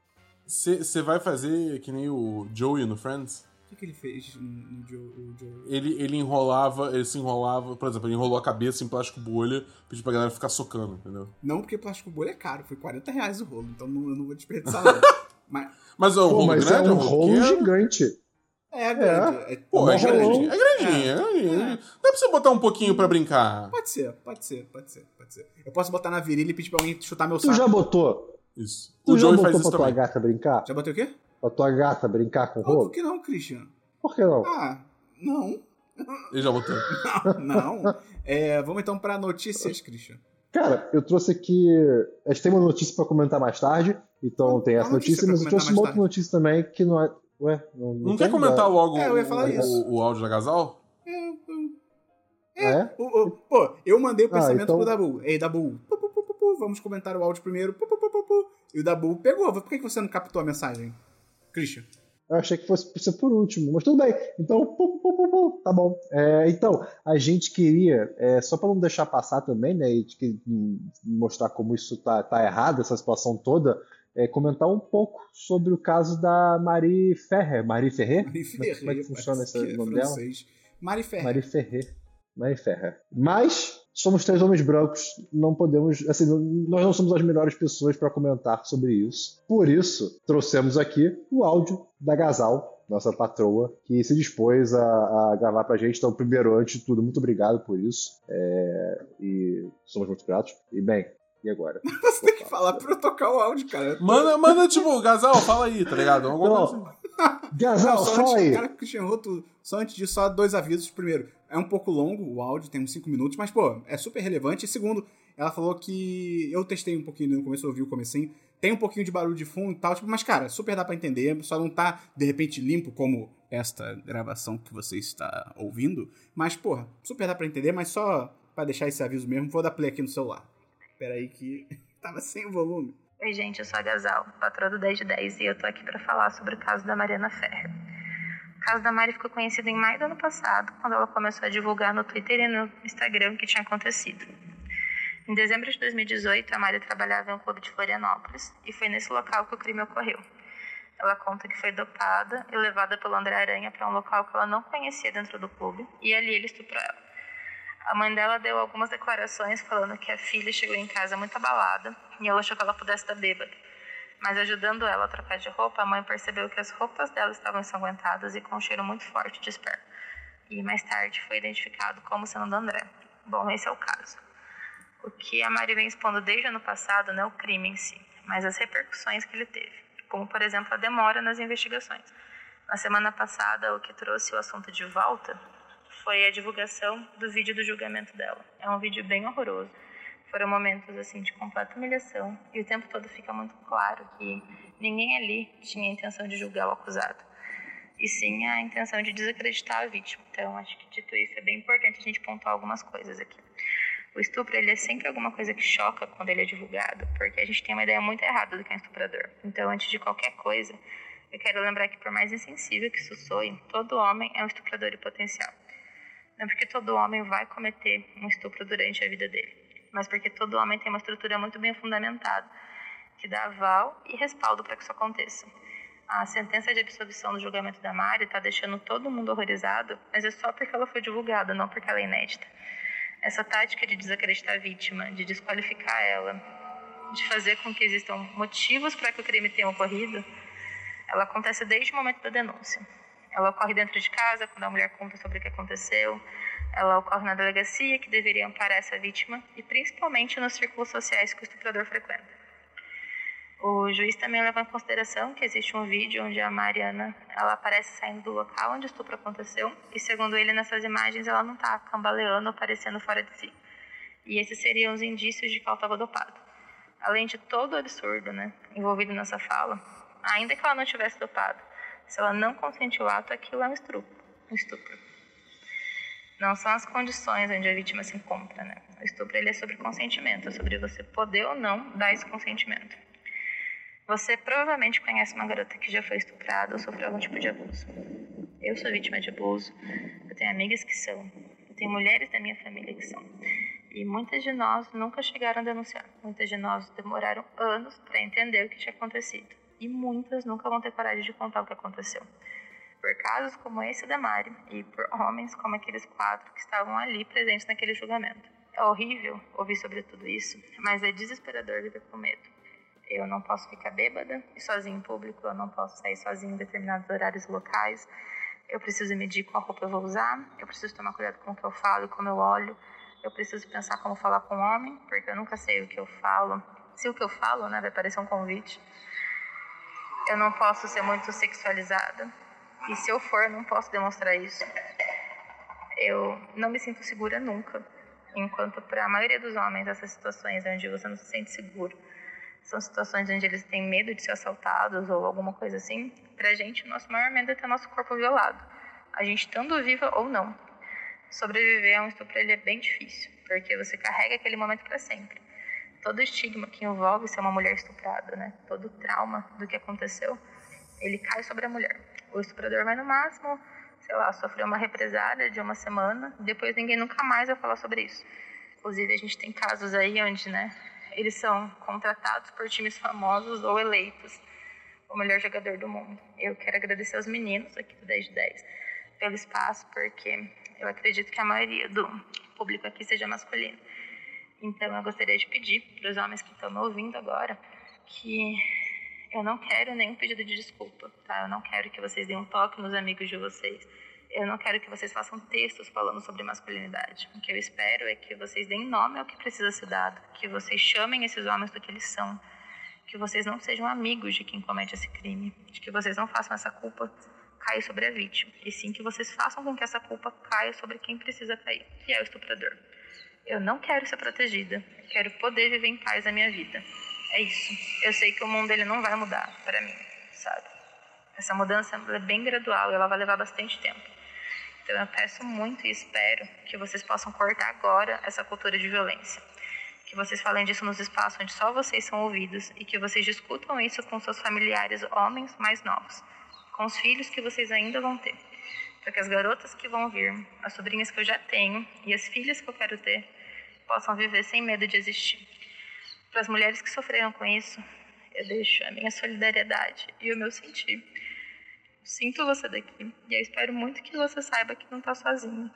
Você vai fazer que nem o Joey no Friends? O que, que ele fez no Joey? Joe? Ele, ele enrolava, ele se enrolava, por exemplo, ele enrolou a cabeça em plástico bolha, pediu pra galera ficar socando, entendeu? Não, porque plástico bolha é caro, foi quarenta reais o rolo, então não, eu não vou desperdiçar não. mas mas, ó, Pô, mas grande, é um rolo gigante. É, é grande. É, Pô, é, é grandinho. É grandinho. É. É grandinho. É. Dá pra você botar um pouquinho pra brincar. Pode ser, pode ser, pode ser, pode ser. Eu posso botar na virilha e pedir pra alguém chutar meu tu saco. Tu já botou? Isso. Tu o já Joey botou faz isso pra tua também. gata brincar? Já botei o quê? Pra tua gata brincar com o Por rolo? que não, Christian? Por que não? Ah, não. Ele já botou. Não, não. É, vamos então pra notícias, Christian. Cara, eu trouxe aqui. A gente tem uma notícia pra comentar mais tarde, então tem essa Qual notícia notícia, pra mas eu comentar trouxe mais uma outra tarde? notícia também que não é. Ué, não, Não tem? quer comentar logo É, eu ia o, falar o, isso. o áudio da Gasal? É, É? o- o- pô, eu mandei o Ah, pensamento então- pro Dabu. Ei, Dabu, pu, pu, pu, pu, pu, vamos comentar o áudio primeiro. Pu, pu, pu, pu, pu. E o Dabu pegou. Por que que você não captou a mensagem? Christian. Eu achei que fosse ser por último, mas tudo bem. Então, pu, pu, pu, pu, tá bom. É, então, a gente queria, é, só para não deixar passar também, né, e que- mostrar como isso tá, tá errado, essa situação toda, é, comentar um pouco sobre o caso da Marie Ferrer. Marie Ferrer? Marie Como é- Ferrer. Como é que funciona parece esse que é nome dela? francês. Marie Ferrer. Marie Ferrer. Marie Ferrer. Mas somos três homens brancos, não podemos, assim, nós não somos as melhores pessoas para comentar sobre isso. Por isso, trouxemos aqui o áudio da Gasal, nossa patroa, que se dispôs a, a gravar pra gente. Então, primeiro, antes de tudo, muito obrigado por isso. É, e somos muito gratos. E bem, e agora? Você tem que falar pra eu tocar o áudio, cara. Eu tô- Manda, manda, tipo, Gasal, fala aí, tá ligado? Alguma coisa Então, assim. Gasal, Não, só fala antes, aí. cara, Christian errou tudo. Só antes disso, só dois avisos. Primeiro, é um pouco longo o áudio, tem uns cinco minutos, mas, pô, é super relevante. E segundo, ela falou que eu testei um pouquinho no começo, eu ouvi o comecinho, tem um pouquinho de barulho de fundo e tal, tipo, mas, cara, super dá pra entender, só não tá, de repente, limpo como esta gravação que você está ouvindo. Mas, porra, super dá pra entender, mas só pra deixar esse aviso mesmo, vou dar play aqui no celular. Pera aí que tava sem o volume. Oi, gente, eu sou a Gasal, patroa do dez de dez, e eu tô aqui pra falar sobre o caso da Mariana Ferrer. O caso da Mari ficou conhecido em maio do ano passado, quando ela começou a divulgar no Twitter e no Instagram o que tinha acontecido. Em dezembro de dois mil e dezoito, a Mari trabalhava em um clube de Florianópolis, e foi nesse local que o crime ocorreu. Ela conta que foi dopada e levada pelo André Aranha para um local que ela não conhecia dentro do clube, e ali ele estuprou ela. A mãe dela deu algumas declarações falando que a filha chegou em casa muito abalada e ela achou que ela pudesse estar bêbada. Mas ajudando ela a trocar de roupa, a mãe percebeu que as roupas dela estavam ensanguentadas e com um cheiro muito forte de esperma. E mais tarde foi identificado como sendo do André. Bom, esse é o caso. O que a Mari vem expondo desde o ano passado não é o crime em si, mas as repercussões que ele teve, como, por exemplo, a demora nas investigações. Na semana passada, o que trouxe o assunto de volta foi a divulgação do vídeo do julgamento dela. É um vídeo bem horroroso. Foram momentos assim de completa humilhação e o tempo todo fica muito claro que ninguém ali tinha a intenção de julgar o acusado, e sim a intenção de desacreditar a vítima. Então, acho que dito isso, é bem importante a gente pontuar algumas coisas aqui. O estupro, ele é sempre alguma coisa que choca quando ele é divulgado, porque a gente tem uma ideia muito errada do que é um estuprador. Então, antes de qualquer coisa, eu quero lembrar que, por mais insensível que isso soe, todo homem é um estuprador em potencial. Não porque todo homem vai cometer um estupro durante a vida dele, mas porque todo homem tem uma estrutura muito bem fundamentada, que dá aval e respaldo para que isso aconteça. A sentença de absolvição do julgamento da Mari está deixando todo mundo horrorizado, mas é só porque ela foi divulgada, não porque ela é inédita. Essa tática de desacreditar a vítima, de desqualificar ela, de fazer com que existam motivos para que o crime tenha ocorrido, ela acontece desde o momento da denúncia. Ela ocorre dentro de casa, quando a mulher conta sobre o que aconteceu. Ela ocorre na delegacia, que deveria amparar essa vítima, e principalmente nos círculos sociais que o estuprador frequenta. O juiz também leva em consideração que existe um vídeo onde a Mariana ela aparece saindo do local onde o estupro aconteceu, e segundo ele, nessas imagens, ela não está cambaleando ou parecendo fora de si. E esses seriam os indícios de que ela estava dopada. Além de todo o absurdo, né, envolvido nessa fala, ainda que ela não tivesse dopado, se ela não consentiu o ato, aquilo é um estupro. Um estupro. Não são as condições onde a vítima se encontra, né? O estupro, ele é sobre consentimento, é sobre você poder ou não dar esse consentimento. Você provavelmente conhece uma garota que já foi estuprada ou sofreu algum tipo de abuso. Eu sou vítima de abuso, eu tenho amigas que são, eu tenho mulheres da minha família que são. E muitas de nós nunca chegaram a denunciar. Muitas de nós demoraram anos para entender o que tinha acontecido. E muitas nunca vão ter coragem de contar o que aconteceu. Por casos como esse da Mari e por homens como aqueles quatro que estavam ali presentes naquele julgamento. É horrível ouvir sobre tudo isso, mas é desesperador viver com medo. Eu não posso ficar bêbada e sozinha em público, eu não posso sair sozinha em determinados horários e locais. Eu preciso medir qual roupa eu vou usar, eu preciso tomar cuidado com o que eu falo e como eu olho. Eu preciso pensar como falar com o homem, porque eu nunca sei o que eu falo. Se o que eu falo, né, vai parecer um convite. Eu não posso ser muito sexualizada. E se eu for, eu não posso demonstrar isso. Eu não me sinto segura nunca. Enquanto para a maioria dos homens, essas situações onde você não se sente seguro são situações onde eles têm medo de ser assaltados ou alguma coisa assim. Pra gente, o nosso maior medo é ter nosso corpo violado. A gente estando viva ou não. Sobreviver a um estupro ele é bem difícil, porque você carrega aquele momento para sempre. Todo o estigma que envolve ser uma mulher estuprada, né? Todo o trauma do que aconteceu, ele cai sobre a mulher. O estuprador vai no máximo, sei lá, sofrer uma represália de uma semana, depois ninguém nunca mais vai falar sobre isso. Inclusive, a gente tem casos aí onde, né, eles são contratados por times famosos ou eleitos o melhor jogador do mundo. Eu quero agradecer aos meninos aqui do dez de dez pelo espaço, porque eu acredito que a maioria do público aqui seja masculino. Então, eu gostaria de pedir para os homens que estão me ouvindo agora que eu não quero nenhum pedido de desculpa, tá? Eu não quero que vocês deem um toque nos amigos de vocês. Eu não quero que vocês façam textos falando sobre masculinidade. O que eu espero é que vocês deem nome ao que precisa ser dado, que vocês chamem esses homens do que eles são, que vocês não sejam amigos de quem comete esse crime, de que vocês não façam essa culpa cair sobre a vítima, e sim que vocês façam com que essa culpa caia sobre quem precisa cair, que é o estuprador. Eu não quero ser protegida, quero poder viver em paz a minha vida. É isso. Eu sei que o mundo ele não vai mudar para mim, sabe? Essa mudança é bem gradual e ela vai levar bastante tempo. Então eu peço muito e espero que vocês possam cortar agora essa cultura de violência. Que vocês falem disso nos espaços onde só vocês são ouvidos e que vocês discutam isso com seus familiares homens mais novos, com os filhos que vocês ainda vão ter. Para que as garotas que vão vir, as sobrinhas que eu já tenho e as filhas que eu quero ter, possam viver sem medo de existir. Para as mulheres que sofreram com isso, eu deixo a minha solidariedade e o meu sentir. Sinto você daqui e eu espero muito que você saiba que não está sozinho.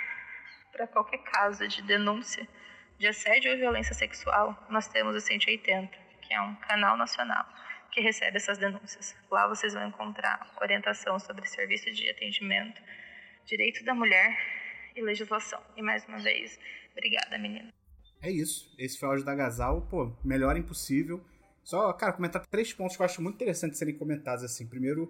Para qualquer caso de denúncia de assédio ou violência sexual, nós temos o cento e oitenta, que é um canal nacional que recebe essas denúncias. Lá vocês vão encontrar orientação sobre serviço de atendimento, direito da mulher e legislação. E mais uma vez, obrigada, menina. É isso. Esse foi o áudio da Gasal. Pô, melhor impossível. Só, cara, comentar três pontos que eu acho muito interessante serem comentados, assim. Primeiro,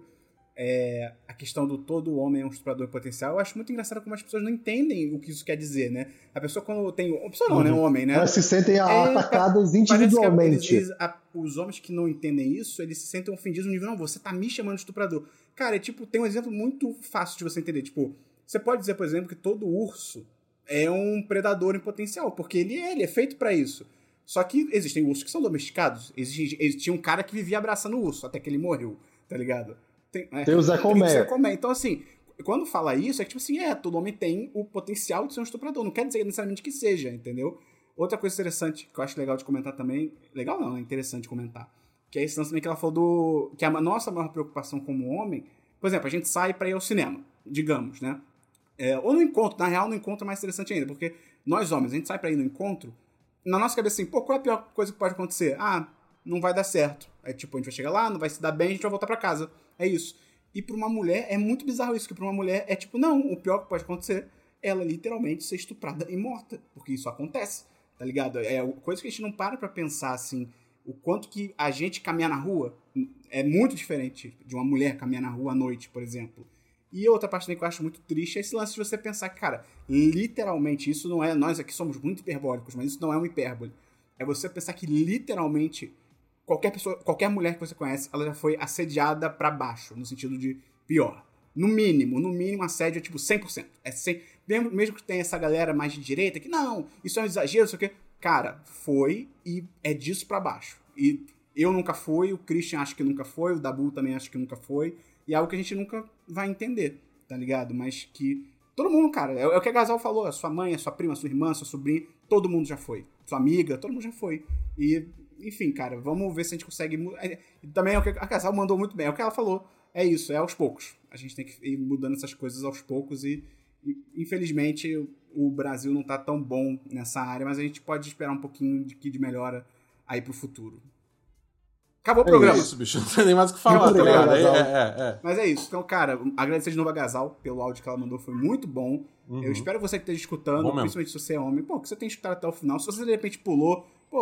é, a questão do todo homem é um estuprador em potencial. Eu acho muito engraçado como as pessoas não entendem o que isso quer dizer, né? A pessoa quando tem... A pessoa não, né? Um homem, né? Elas se sentem é, atacadas individualmente. Eles, eles, a, os homens que não entendem isso, eles se sentem ofendidos no nível, não, você tá me chamando de estuprador. Cara, é tipo, tem um exemplo muito fácil de você entender. Tipo, você pode dizer, por exemplo, que todo urso é um predador em potencial, porque ele é, ele é feito pra isso. Só que existem ursos que são domesticados. Existe, existia um cara que vivia abraçando o urso, até que ele morreu, tá ligado? Tem, é, tem o Zé Comé. Então, assim, quando fala isso, é que, tipo assim, é, todo homem tem o potencial de ser um estuprador. Não quer dizer necessariamente que seja, entendeu? Outra coisa interessante que eu acho legal de comentar também... Legal não, é interessante comentar. Que é esse lance também que ela falou do... Que a nossa maior preocupação como homem... Por exemplo, a gente sai pra ir ao cinema, digamos, né? É, ou no encontro. Na real, no encontro é mais interessante ainda. Porque nós, homens, a gente sai pra ir no encontro... Na nossa cabeça, assim, pô, qual é a pior coisa que pode acontecer? Ah, não vai dar certo. É tipo, a gente vai chegar lá, não vai se dar bem, a gente vai voltar pra casa. É isso. E pra uma mulher, é muito bizarro isso, que pra uma mulher é tipo, não, o pior que pode acontecer é ela literalmente ser estuprada e morta. Porque isso acontece, tá ligado? É coisa que a gente não para pra pensar, assim, o quanto que a gente caminhar na rua é muito diferente de uma mulher caminhar na rua à noite, por exemplo. E outra parte também que eu acho muito triste é esse lance de você pensar que, cara, literalmente, isso não é... Nós aqui somos muito hiperbólicos, mas isso não é um hipérbole. É você pensar que, literalmente, qualquer pessoa, qualquer mulher que você conhece, ela já foi assediada pra baixo, no sentido de pior. No mínimo, no mínimo, assédio é tipo cem por cento. É cem, mesmo, mesmo que tenha essa galera mais de direita, que não, isso é um exagero, não sei o quê. Cara, foi e é disso pra baixo. E eu nunca fui, o Christian acho que nunca foi, o Dabu também acho que nunca foi. E é algo que a gente nunca vai entender, tá ligado? Mas que todo mundo, cara, é, é o que a Gasal falou, a sua mãe, a sua prima, a sua irmã, a sua sobrinha, todo mundo já foi. Sua amiga, todo mundo já foi. E, enfim, cara, vamos ver se a gente consegue... Também é o que a Gasal mandou muito bem, é o que ela falou, é isso, é aos poucos. A gente tem que ir mudando essas coisas aos poucos e, e infelizmente, o Brasil não tá tão bom nessa área, mas a gente pode esperar um pouquinho de, de melhora aí pro futuro. Acabou o programa. É isso, bicho. Não tem nem mais o que falar, tá ligado? É, é, é. Mas é isso. Então, cara, agradecer de novo a Gasal pelo áudio que ela mandou. Foi muito bom. Uhum. Eu espero você que esteja escutando, principalmente se você é homem. Pô, que você tem escutado até o final. Se você, de repente, pulou, pô,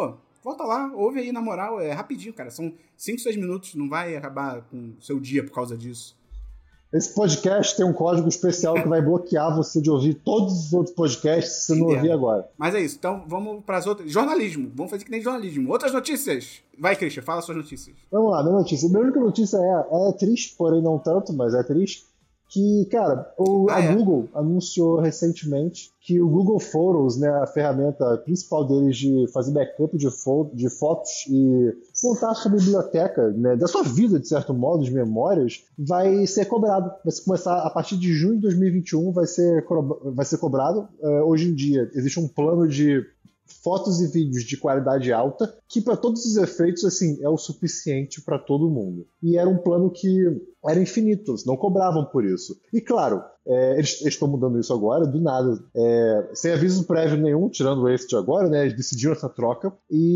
volta lá, ouve aí, na moral, é rapidinho, cara. São cinco, seis minutos, não vai acabar com o seu dia por causa disso. Esse podcast tem um código especial que vai bloquear você de ouvir todos os outros podcasts se você não ouvir agora. Mas é isso, então vamos para as outras. Jornalismo, vamos fazer que nem jornalismo. Outras notícias. Vai, Christian, fala suas notícias. Vamos lá, minha notícia. Minha única notícia é, é triste, porém não tanto, mas é triste, que, cara, o, ah, a é? Google anunciou recentemente que o Google Photos, né, a ferramenta principal deles de fazer backup de, fo de fotos e montar a sua biblioteca, né, da sua vida, de certo modo, de memórias, vai ser cobrado. Vai começar a partir de junho de dois mil e vinte e um, vai ser, vai ser cobrado. Uh, hoje em dia, existe um plano de fotos e vídeos de qualidade alta, que para todos os efeitos, assim, é o suficiente para todo mundo. E era um plano que era infinito, eles não cobravam por isso. E claro, é, eles estão mudando isso agora, do nada, é, sem aviso prévio nenhum, tirando esse de agora, né, eles decidiram essa troca.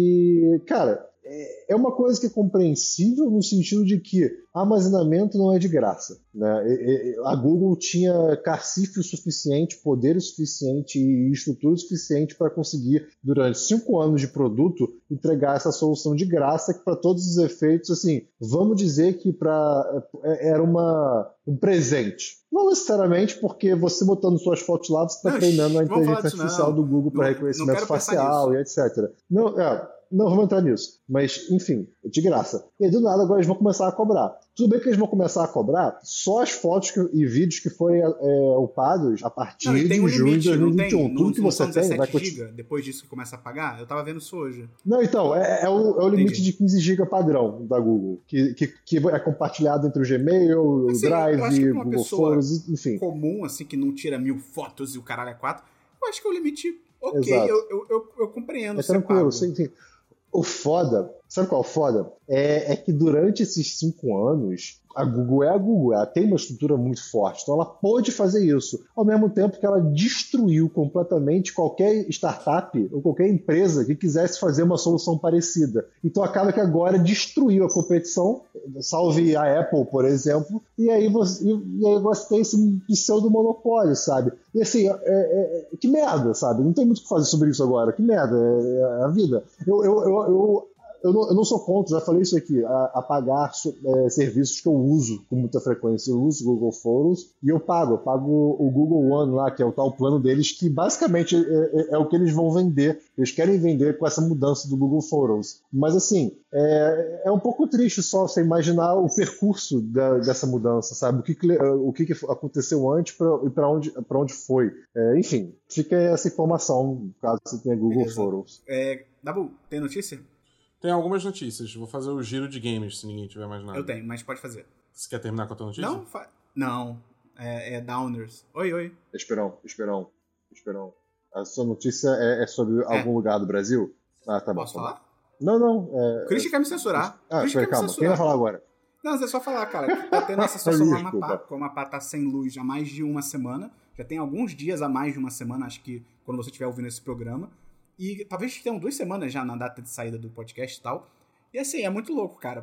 E, cara, é uma coisa que é compreensível no sentido de que armazenamento não é de graça, né? A Google tinha cacife o suficiente, poder o suficiente e estrutura o suficiente para conseguir, durante cinco anos de produto, entregar essa solução de graça que, para todos os efeitos, assim, vamos dizer que pra, era uma, um presente. Não necessariamente porque você botando suas fotos lá, você está treinando a inteligência artificial do Google para reconhecimento facial e etcétera. Não, é... Não, vamos entrar nisso. Mas, enfim, de graça. E aí, do nada, agora eles vão começar a cobrar. Tudo bem que eles vão começar a cobrar só as fotos que, e vídeos que forem é, upados a partir não, de um junho de dois mil e vinte e um. Não, Tudo que você tem vai continuar. Depois disso que começa a pagar, eu tava vendo isso hoje. Não, então, é, é, o, é o limite Entendi. de quinze gigas padrão da Google, que, que, que é compartilhado entre o Gmail, assim, o Drive, o Google Photos, enfim. Comum, assim, que não tira mil fotos e o caralho é quatro, eu acho que é o limite ok, Exato. eu, eu, eu, eu compreendo. É tranquilo, sim, sim. O foda, sabe qual é o foda? É, é que durante esses cinco anos, a Google é a Google, ela tem uma estrutura muito forte, então ela pôde fazer isso, ao mesmo tempo que ela destruiu completamente qualquer startup ou qualquer empresa que quisesse fazer uma solução parecida. Então acaba que agora destruiu a competição, salve a Apple, por exemplo, e aí você, e aí você tem esse pseudo-monopólio, sabe? E assim, é, é, é, que merda, sabe? Não tem muito o que fazer sobre isso agora, que merda, é, é a vida. Eu, eu, eu, eu Eu não, eu não sou contra, já falei isso aqui, a, a pagar é, serviços que eu uso com muita frequência. Eu uso o Google Photos e eu pago. Eu pago o Google One lá, que é o tal plano deles, que basicamente é, é, é o que eles vão vender. Eles querem vender com essa mudança do Google Photos. Mas assim, é, é um pouco triste só você imaginar o percurso da, dessa mudança, sabe? O que, o que aconteceu antes pra, e para onde, pra onde foi. É, enfim, fica essa informação, caso você tenha Google Beleza. Photos. É, Dabu, tem notícia? Tem algumas notícias. Vou fazer o giro de games, se ninguém tiver mais nada. Eu tenho, mas pode fazer. Você quer terminar com a tua notícia? Não, fa... não. É, é Downers. Oi, oi. Esperão, Esperão, Esperão. A sua notícia é, é sobre É. algum lugar do Brasil? Ah, tá bom. Posso tá bom. falar? Não, não. É, O Christian quer me censurar. Ah, Christian espera, quer me calma. Quem censurar. vai falar agora? Não, é só falar, cara, que tá tendo essa situação no Desculpa. Amapá, porque o Amapá tá sem luz há mais de uma semana, já tem alguns dias a mais de uma semana, acho que quando você estiver ouvindo esse programa, e talvez tenham duas semanas já na data de saída do podcast e tal, e assim, é muito louco, cara.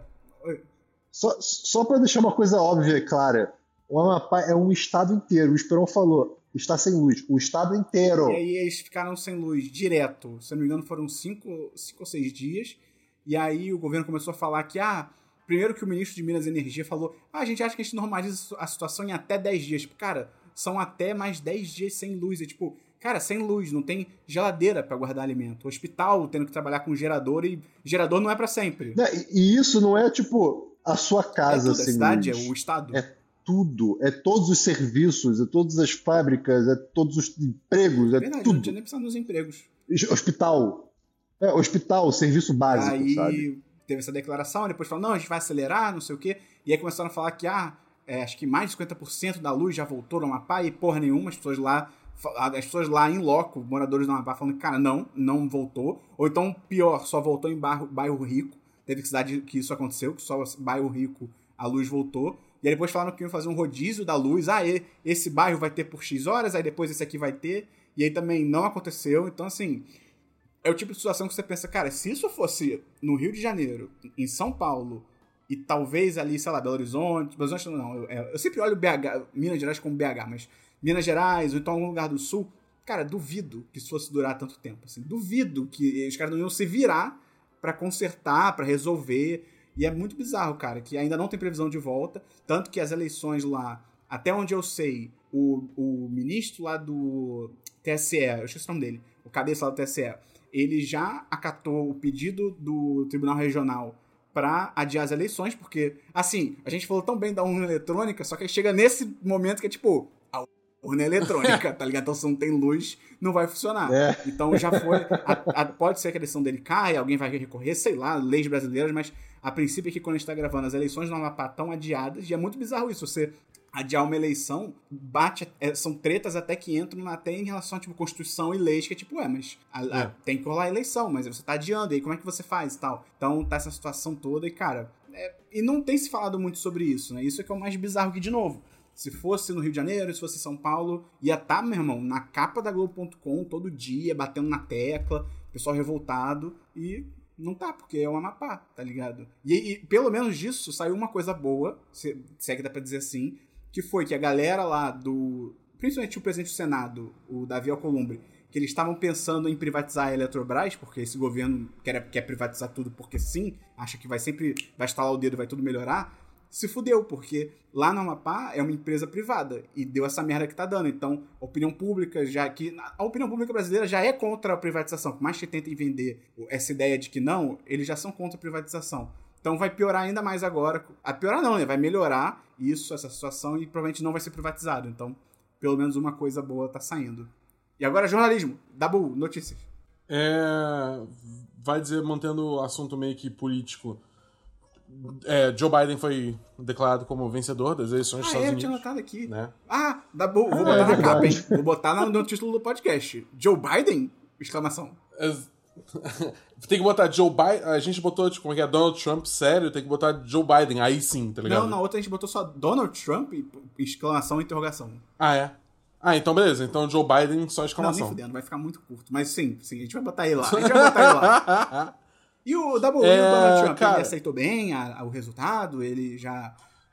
Só, só pra deixar uma coisa óbvia e clara, o Amapá é um estado inteiro, o Esperão falou, está sem luz, o estado inteiro. E aí eles ficaram sem luz direto, se eu não me engano foram cinco, cinco ou seis dias, e aí o governo começou a falar que, ah, primeiro que o ministro de Minas e Energia falou, ah, a gente acha que a gente normaliza a situação em até dez dias. Tipo, cara, são até mais dez dias sem luz. E tipo, cara, sem luz, não tem geladeira pra guardar alimento. O hospital tendo que trabalhar com gerador e gerador não é pra sempre. Né, E e isso não é, tipo, a sua casa é tudo, a sem cidade, luz. é o estado. É tudo, é todos os serviços, é todas as fábricas, é todos os empregos, é Verdade, tudo. não tinha nem pensado nos empregos. Hospital. É, hospital, serviço básico, aí sabe? teve essa declaração, depois falaram, não, a gente vai acelerar, não sei o quê. E aí começaram a falar que, ah, é, acho que mais de cinquenta por cento da luz já voltou no Amapá e porra nenhuma, as pessoas lá, as pessoas lá em loco, moradores do Amapá, falando que, cara, não, não voltou. Ou então, pior, só voltou em bairro, bairro rico. Teve cidade que isso aconteceu, que só bairro rico a luz voltou. E aí depois falaram que iam fazer um rodízio da luz. Ah, esse bairro vai ter por X horas, aí depois esse aqui vai ter. E aí também não aconteceu. Então, assim, é o tipo de situação que você pensa, cara, se isso fosse no Rio de Janeiro, em São Paulo, e talvez ali, sei lá, Belo Horizonte, Belo Horizonte não, eu, eu sempre olho B H, Minas Gerais como B H, mas Minas Gerais, ou então algum lugar do Sul, cara, duvido que isso fosse durar tanto tempo, assim, duvido que os caras não iam se virar pra consertar, pra resolver. E é muito bizarro, cara, que ainda não tem previsão de volta. Tanto que as eleições lá, até onde eu sei, o, o ministro lá do T S E, eu esqueci o nome dele, o cabeça lá do T S E, ele já acatou o pedido do Tribunal Regional pra adiar as eleições, porque, assim, a gente falou tão bem da urna eletrônica, só que aí chega nesse momento que é tipo, a urna eletrônica, tá ligado? Então se não tem luz, não vai funcionar. É. Então já foi, a, a, pode ser que a eleição dele caia, alguém vai recorrer, sei lá, leis brasileiras, mas a princípio aqui quando a gente tá gravando, as eleições no Amapá estão adiadas, e é muito bizarro isso, você adiar uma eleição, bate, é, são tretas até que entram até em relação a, tipo, Constituição e leis, que é tipo, ué, mas a, a, É. tem que rolar a eleição, mas você tá adiando, e aí como é que você faz e tal? Então tá essa situação toda e, cara, é, e não tem se falado muito sobre isso, né? Isso é que é o mais bizarro que, de novo, se fosse no Rio de Janeiro, se fosse em São Paulo, ia estar, tá, meu irmão, na capa da Globo ponto com todo dia, batendo na tecla, pessoal revoltado, e não tá, porque é o Amapá, tá ligado? E, e pelo menos disso saiu uma coisa boa, se, se é que dá pra dizer assim, que foi que a galera lá do... Principalmente o presidente do Senado, o Davi Alcolumbre, que eles estavam pensando em privatizar a Eletrobras, porque esse governo quer, quer privatizar tudo porque sim, acha que vai sempre... vai estalar o dedo e vai tudo melhorar, se fudeu, porque lá no Amapá é uma empresa privada e deu essa merda que tá dando. Então, a opinião pública já que... A opinião pública brasileira já é contra a privatização. Por mais que tentem vender essa ideia de que não, eles já são contra a privatização. Então vai piorar ainda mais agora. A piorar não, né? Vai melhorar isso, essa situação, e provavelmente não vai ser privatizado. Então, pelo menos uma coisa boa tá saindo. E agora, jornalismo. Dabu, notícias. É... Vai dizer, mantendo o assunto meio que político, é, Joe Biden foi declarado como vencedor das eleições dos Ah, Estados é, eu tinha Unidos. notado aqui. Né? Ah, Dabu, vou Ah, botar é na capa, hein? verdade. Vou botar no, no título do podcast. Joe Biden? Exclamação. É... Tem que botar Joe Biden. A gente botou, tipo, como é que é? Donald Trump, sério, tem que botar Joe Biden, aí sim, tá ligado? Não, na outra a gente botou só Donald Trump, exclamação e interrogação. Ah, é? Ah, então beleza. Então Joe Biden, só Não, nem exclamação. fudendo, vai ficar muito curto. Mas sim, sim, a gente vai botar ele lá. A gente vai botar ele lá. E o Dabu, É, e o Donald Trump, cara- ele aceitou bem a- a- o resultado? Ele já...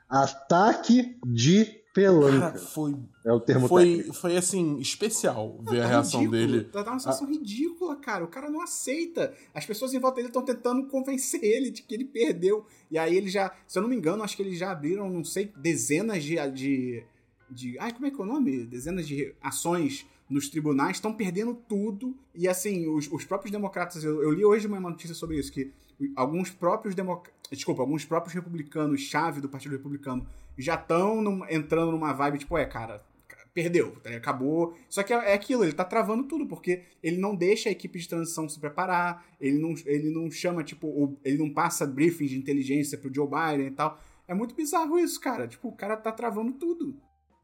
Ataque de Cara, pelanca. foi, É o termo foi, técnico. foi assim, especial ver Tá a reação ridículo. dele. Tá, tá uma situação ridícula, cara. O cara não aceita. As pessoas em volta dele estão tentando convencer ele de que ele perdeu. E aí ele já, se eu não me engano, acho que eles já abriram, não sei, dezenas de... de, de ai, como é que é o nome? Dezenas de ações nos tribunais, estão perdendo tudo. E assim, os, os próprios democratas... Eu, eu li hoje uma notícia sobre isso, que alguns próprios democratas... Desculpa, alguns próprios republicanos-chave do Partido Republicano já estão entrando numa vibe, tipo, é, cara... Perdeu, tá? Acabou. Só que é aquilo, ele tá travando tudo, porque ele não deixa a equipe de transição se preparar, ele não, ele não chama, tipo, o- ele não passa briefing de inteligência pro Joe Biden e tal. É muito bizarro isso, cara. Tipo, o cara tá travando tudo.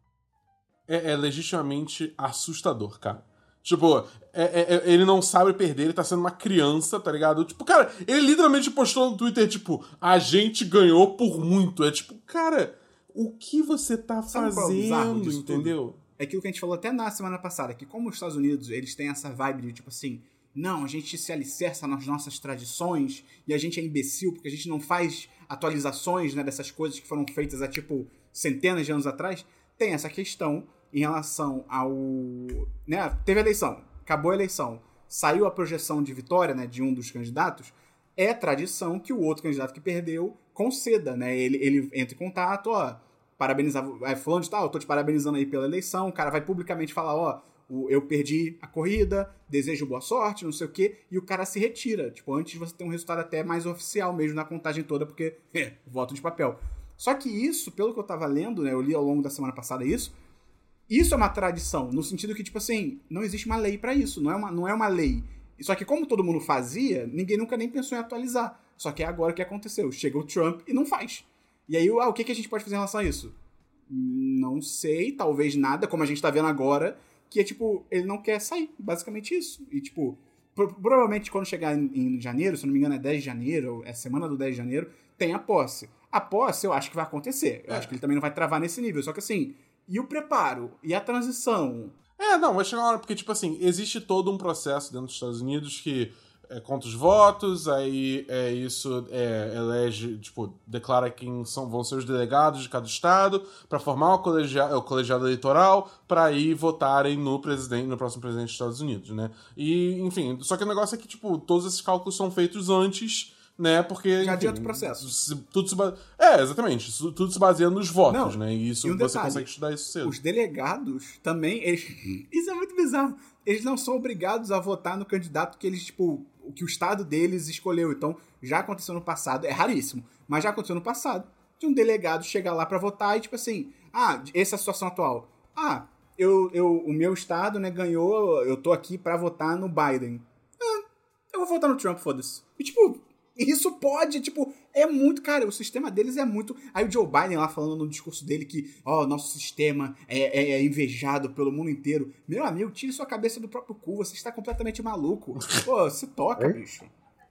É, é legitimamente assustador, cara. Tipo, é- é- é- ele não sabe perder, ele tá sendo uma criança, tá ligado? Tipo, cara, ele literalmente postou no Twitter, tipo, a gente ganhou por muito. É tipo, cara, o que você tá Sabe qual é o bizarro fazendo, disso tudo? entendeu? É aquilo que a gente falou até na semana passada, que como os Estados Unidos, eles têm essa vibe de, tipo assim, não, a gente se alicerça nas nossas tradições e a gente é imbecil porque a gente não faz atualizações, né, dessas coisas que foram feitas há, tipo, centenas de anos atrás. Tem essa questão em relação ao... Né, teve a eleição, acabou a eleição, saiu a projeção de vitória, né, de um dos candidatos, é tradição que o outro candidato que perdeu conceda, né, ele, ele entra em contato, ó, parabenizar, é, falando de tal, eu tô te parabenizando aí pela eleição, o cara vai publicamente falar, ó, o- eu perdi a corrida, desejo boa sorte, não sei o quê, e o cara se retira, tipo, antes de você ter um resultado até mais oficial mesmo na contagem toda, porque, é, voto de papel. Só que isso, pelo que eu tava lendo, né, eu li ao longo da semana passada isso, isso é uma tradição, no sentido que, tipo assim, não existe uma lei pra isso, não é uma, não é uma lei. Só que como todo mundo fazia, ninguém nunca nem pensou em atualizar. Só que é agora o que aconteceu. Chega o Trump e não faz. E aí, ah, o que, que a gente pode fazer em relação a isso? Não sei, talvez nada, como a gente tá vendo agora, que é tipo, ele não quer sair, basicamente isso. E tipo, pro- provavelmente quando chegar em, em janeiro, se eu não me engano é dez de janeiro, é semana do dez de janeiro, tem a posse. A posse eu acho que vai acontecer. Eu É. acho que ele também não vai travar nesse nível. Só que assim, e o preparo? E a transição? É, não, vai chegar uma hora, porque, tipo assim, existe todo um processo dentro dos Estados Unidos que é, conta os votos, aí é, isso é, elege, tipo, declara quem são, vão ser os delegados de cada estado para formar o colegiado, o colegiado eleitoral para ir votarem no presidente, no próximo presidente dos Estados Unidos, né? E, enfim, só que o negócio é que, tipo, todos esses cálculos são feitos antes, né? Porque. Já enfim, adianta o processo. Se, tudo se base... É, exatamente. Isso, tudo se baseia nos votos, Não, né? E isso e um você detalhe, consegue estudar isso cedo. Os delegados também, eles... isso é muito bizarro. Eles não são obrigados a votar no candidato que eles, tipo, que o estado deles escolheu. Então, já aconteceu no passado, é raríssimo, mas já aconteceu no passado, de um delegado chegar lá pra votar e, tipo assim, ah, essa é a situação atual. Ah, eu, eu, o meu estado, né, ganhou, eu tô aqui pra votar no Biden. Ah, eu vou votar no Trump, foda-se. E, tipo, isso pode, tipo, é muito, cara, o sistema deles é muito... Aí o Joe Biden lá falando no discurso dele que, ó, oh, nosso sistema é, é, é invejado pelo mundo inteiro. Meu amigo, tire sua cabeça do próprio cu, você está completamente maluco. Pô, se toca, bicho.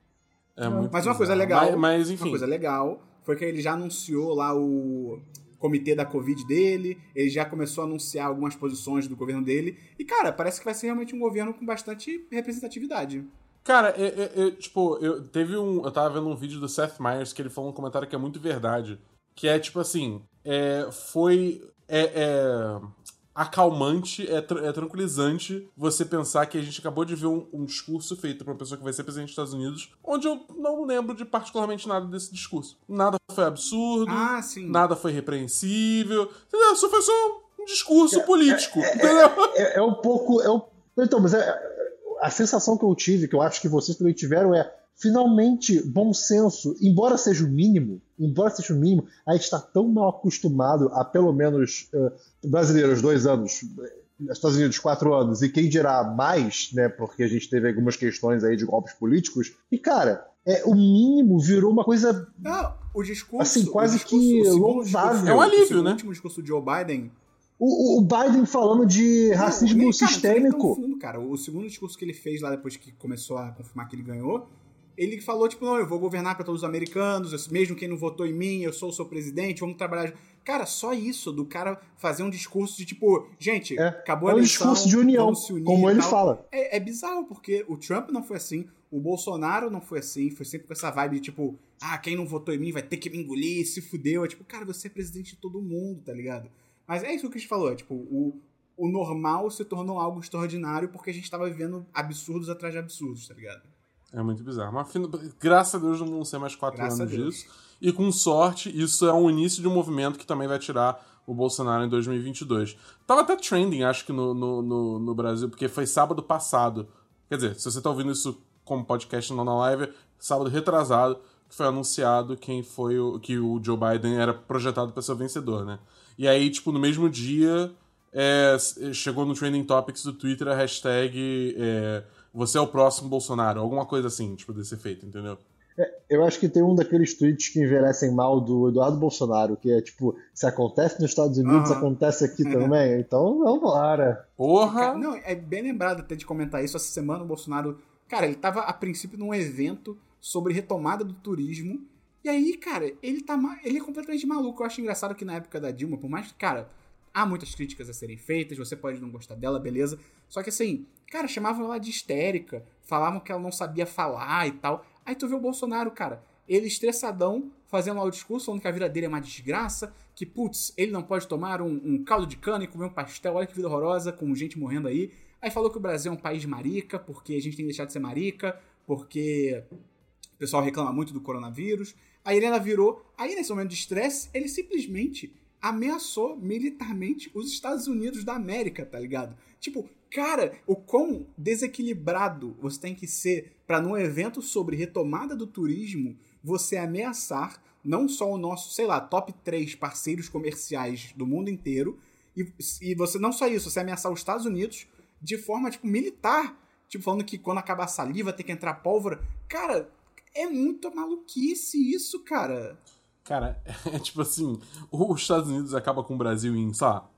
É muito Mas uma bizarro. coisa legal, mas, mas, enfim. uma coisa legal foi que ele já anunciou lá o comitê da Covid dele, ele já começou a anunciar algumas posições do governo dele, e, cara, parece que vai ser realmente um governo com bastante representatividade. Cara, eu, eu, eu, tipo, eu teve um. Eu tava vendo um vídeo do Seth Meyers que ele falou um comentário que é muito verdade. Que é tipo assim. É, foi. É, é acalmante, é, tra- é tranquilizante você pensar que a gente acabou de ver um, um discurso feito pra uma pessoa que vai ser presidente dos Estados Unidos, onde eu não lembro de particularmente nada desse discurso. Nada foi absurdo, Ah, sim. nada foi repreensível. Entendeu? Só foi só um discurso É, político. É, entendeu? é, é, é um pouco. É um... Então, mas é. A sensação que eu tive, que eu acho que vocês também tiveram, é finalmente bom senso, embora seja o mínimo, embora seja o mínimo, a gente está tão mal acostumado a pelo menos uh, brasileiros dois anos, Estados Unidos quatro anos, e quem dirá mais, né? Porque a gente teve algumas questões aí de golpes políticos, e cara, é, o mínimo virou uma coisa. Não, o discurso. Assim, quase o discurso, que o segundo louvável. discurso- É um alívio, o segundo né? último discurso do Joe Biden. O, o Biden falando de racismo Não, nem- cara, não foi nem tão sistêmico. fundo, cara. O segundo discurso que ele fez lá depois que começou a confirmar que ele ganhou, ele falou, tipo, não, eu vou governar pra todos os americanos, eu- mesmo quem não votou em mim, eu sou o seu presidente, vamos trabalhar. Cara, só isso, do cara fazer um discurso de tipo, gente, É, acabou é a um eleição, discurso de união, vamos se unir como e ele tal. fala. É, é bizarro, porque o Trump não foi assim, o Bolsonaro não foi assim, foi sempre com essa vibe de tipo, ah, quem não votou em mim vai ter que me engolir, se fudeu. É tipo, cara, você é presidente de todo mundo, tá ligado? Mas é isso que o Chris falou, é tipo, o, o normal se tornou algo extraordinário porque a gente tava vivendo absurdos atrás de absurdos, tá ligado? É muito bizarro. Mas, fin- graças a Deus, não vão ser mais quatro Graças anos a Deus. disso. E com sorte, isso é um início de um movimento que também vai tirar o Bolsonaro em dois mil e vinte e dois. Tava até trending, acho que no, no, no, no Brasil, porque foi sábado passado. Quer dizer, se você tá ouvindo isso como podcast, não na live, sábado retrasado, que foi anunciado quem foi o, que o Joe Biden era projetado para ser o vencedor, né? E aí, tipo, no mesmo dia, é, chegou no Trending Topics do Twitter a hashtag é, você é o próximo Bolsonaro, alguma coisa assim, tipo, desse efeito, entendeu? Eu acho que tem um daqueles tweets que envelhecem mal do Eduardo Bolsonaro, que é tipo, se acontece nos Estados Unidos, Aham. acontece aqui também. Então, vambora. Porra! Cara, não, é bem lembrado até de comentar isso. Essa semana o Bolsonaro, cara, ele tava a princípio num evento sobre retomada do turismo. E aí, cara, ele tá ma- ele é completamente maluco. Eu acho engraçado que na época da Dilma, por mais que, cara, há muitas críticas a serem feitas, você pode não gostar dela, beleza. Só que assim, cara, chamavam ela de histérica, falavam que ela não sabia falar e tal. Aí tu vê o Bolsonaro, cara, ele estressadão, fazendo lá o discurso, falando que a vida dele é uma desgraça, que, putz, ele não pode tomar um, um caldo de cana e comer um pastel, olha que vida horrorosa, com gente morrendo aí. Aí falou que o Brasil é um país marica, porque a gente tem que deixar de ser marica, porque o pessoal reclama muito do coronavírus. Aí ele ainda virou, aí nesse momento de estresse, ele simplesmente ameaçou militarmente os Estados Unidos da América, tá ligado? Tipo, cara, o quão desequilibrado você tem que ser pra num evento sobre retomada do turismo, você ameaçar não só o nosso, sei lá, top três parceiros comerciais do mundo inteiro, e, e você não só isso, você ameaçar os Estados Unidos de forma, tipo, militar, tipo, falando que quando acabar a saliva tem que entrar pólvora. Cara, é muito maluquice isso, cara. Cara, é tipo assim, os Estados Unidos acaba com o Brasil em, sei lá,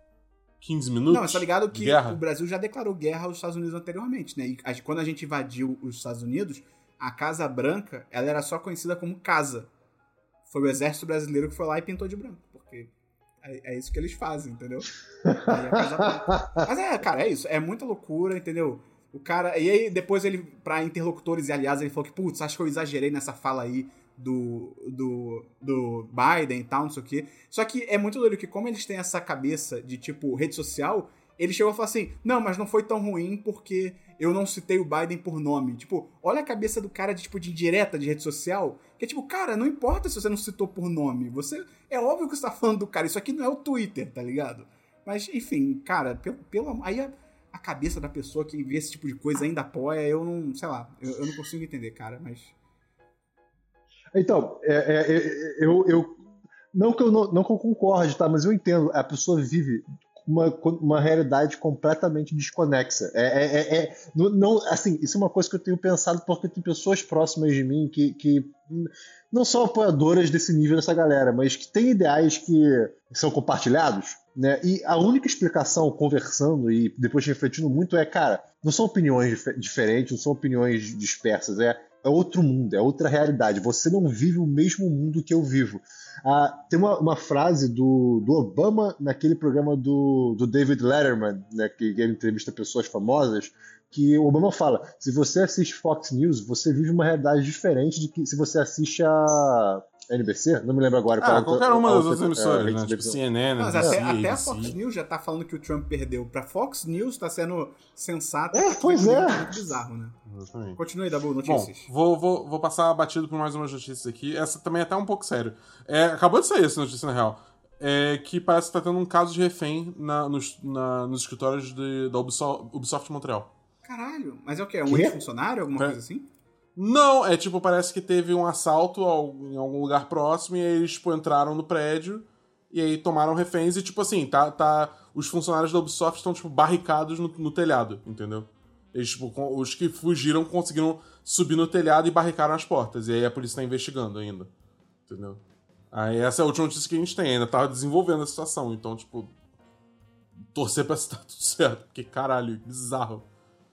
quinze minutos? Não, você tá ligado que guerra? o Brasil já declarou guerra aos Estados Unidos anteriormente, né? E a- quando a gente invadiu os Estados Unidos, a Casa Branca, ela era só conhecida como Casa. Foi o exército brasileiro que foi lá e pintou de branco, porque é, é isso que eles fazem, entendeu? Aí a Casa Branca. Mas é, cara, é isso. É muita loucura, entendeu? O cara... E aí, depois ele, pra interlocutores e aliados, ele falou que, putz, acho que eu exagerei nessa fala aí do, do, do Biden e tal, não sei o quê. Só que é muito doido que, como eles têm essa cabeça de, tipo, rede social, ele chegou a falar assim, não, mas não foi tão ruim porque eu não citei o Biden por nome. Tipo, olha a cabeça do cara de, tipo, de indireta de rede social, que é tipo, cara, não importa se você não citou por nome, você... É óbvio que você tá falando do cara, isso aqui não é o Twitter, tá ligado? Mas, enfim, cara, pelo... pelo aí a, a cabeça da pessoa que vê esse tipo de coisa ainda apoia, eu não, sei lá, eu, eu não consigo entender, cara, mas... Então, é, é, é, eu, eu... Não que eu, não, não que eu concorde, tá? Mas eu entendo, a pessoa vive... Uma, uma realidade completamente desconexa. É, é, é, é, não, não, assim, isso é uma coisa que eu tenho pensado porque tem pessoas próximas de mim que, que não são apoiadoras desse nível dessa galera, mas que têm ideais que são compartilhados, né? E a única explicação, conversando e depois refletindo muito, é, cara, não são opiniões dif- diferentes, não são opiniões dispersas, é, é outro mundo, é outra realidade. Você não vive o mesmo mundo que eu vivo. Ah, tem uma, uma frase do, do Obama naquele programa do, do David Letterman, né, que, que ele entrevista pessoas famosas, que o Obama fala, se você assiste Fox News, você vive uma realidade diferente de que se você assiste a N B C, não me lembro agora. Ah, qual, qualquer uma qual, das outras emissoras, é, né? Tipo C N N, Mas N B C, até, até a A B C. Fox News já tá falando que o Trump perdeu. Pra Fox News tá sendo sensato. É, tá pois é. muito bizarro, né? Exatamente. Continue, Dabu, Bom, notícias. vou, vou, vou passar batido por mais umas notícias aqui. Essa também é até um pouco sério. É, acabou de sair essa notícia, na real. É que parece que tá tendo um caso de refém na, nos, na, nos escritórios de, da Ubisoft, Ubisoft Montreal. Caralho, mas é o quê? Um Quê? ex-funcionário? Alguma É. coisa assim? Não, é tipo, parece que teve um assalto ao- em algum lugar próximo e aí eles, tipo, entraram no prédio e aí tomaram reféns e, tipo assim, tá, tá, os funcionários da Ubisoft estão, tipo, barricados no, no telhado, entendeu? Eles, tipo, com- os que fugiram conseguiram subir no telhado e barricaram as portas. E aí a polícia tá investigando ainda, entendeu? Aí essa é a última notícia que a gente tem, ainda tava desenvolvendo a situação, então, tipo, torcer pra estar tudo certo, porque, caralho, bizarro.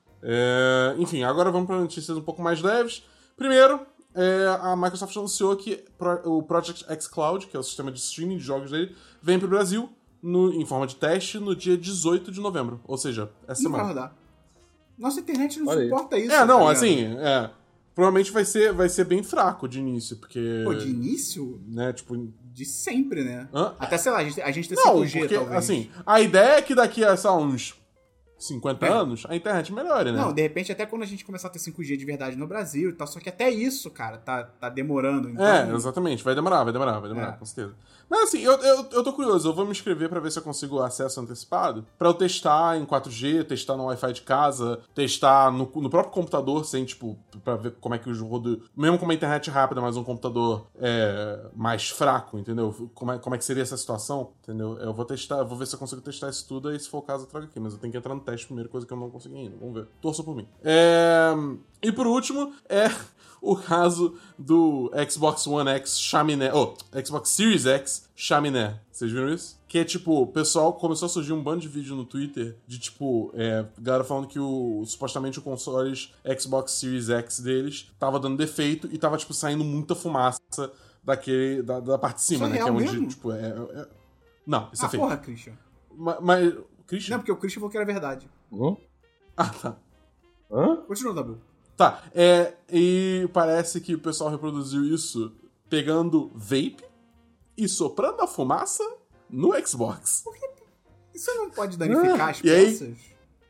É, enfim, agora vamos para notícias um pouco mais leves. Primeiro, é, a Microsoft anunciou que pro- o Project xCloud, que é o sistema de streaming de jogos dele, vem pro Brasil no- em forma de teste no dia dezoito de novembro. Ou seja, essa Não vai semana. rodar. Nossa internet não Olha aí. suporta isso. É, não, tá ligado? assim, é, provavelmente vai ser, vai ser bem fraco de início, porque... Pô, de início? Né, tipo... De sempre, né? Hã? Até, sei lá, a gente, a gente tem Não, cinco G, porque, talvez. assim, a ideia é que daqui a, sei lá, uns cinquenta É. anos, a internet melhore, né? Não, de repente até quando a gente começar a ter cinco G de verdade no Brasil e tal, só que até isso, cara, tá, tá demorando. Então... É, exatamente. Vai demorar, vai demorar, vai demorar, É. com certeza. Mas assim, eu, eu, eu tô curioso. Eu vou me inscrever pra ver se eu consigo acesso antecipado. Pra eu testar em quatro G, testar no Wi-Fi de casa, testar no, no próprio computador, sem, tipo, pra ver como é que o jogo... Mesmo com uma internet rápida, mas um computador é, mais fraco, entendeu? Como é, como é que seria essa situação, entendeu? Eu vou testar, eu vou ver se eu consigo testar isso tudo, aí se for o caso eu trago aqui. Mas eu tenho que entrar no teste primeiro, coisa que eu não consegui ainda. Vamos ver. Torça por mim. É... E por último, é... o caso do Xbox One X chaminé. Oh, Xbox Series X chaminé. Vocês viram isso? Que é tipo, o pessoal começou a surgir um bando de vídeo no Twitter de tipo, é, galera falando que o supostamente o console Xbox Series X deles tava dando defeito e tava tipo saindo muita fumaça daquele, da, da parte de cima, Isso é né? real que é onde, mesmo? tipo, é. é- Não, isso Ah, é fake. porra, Christian. Ma- Mas. Christian? Não, porque o Christian falou que era verdade. Hã? Ah, tá. Hã? Continua, Dabu. Tá, é, e parece que o pessoal reproduziu isso pegando vape e soprando a fumaça no Xbox. Isso não pode danificar as E aí? peças?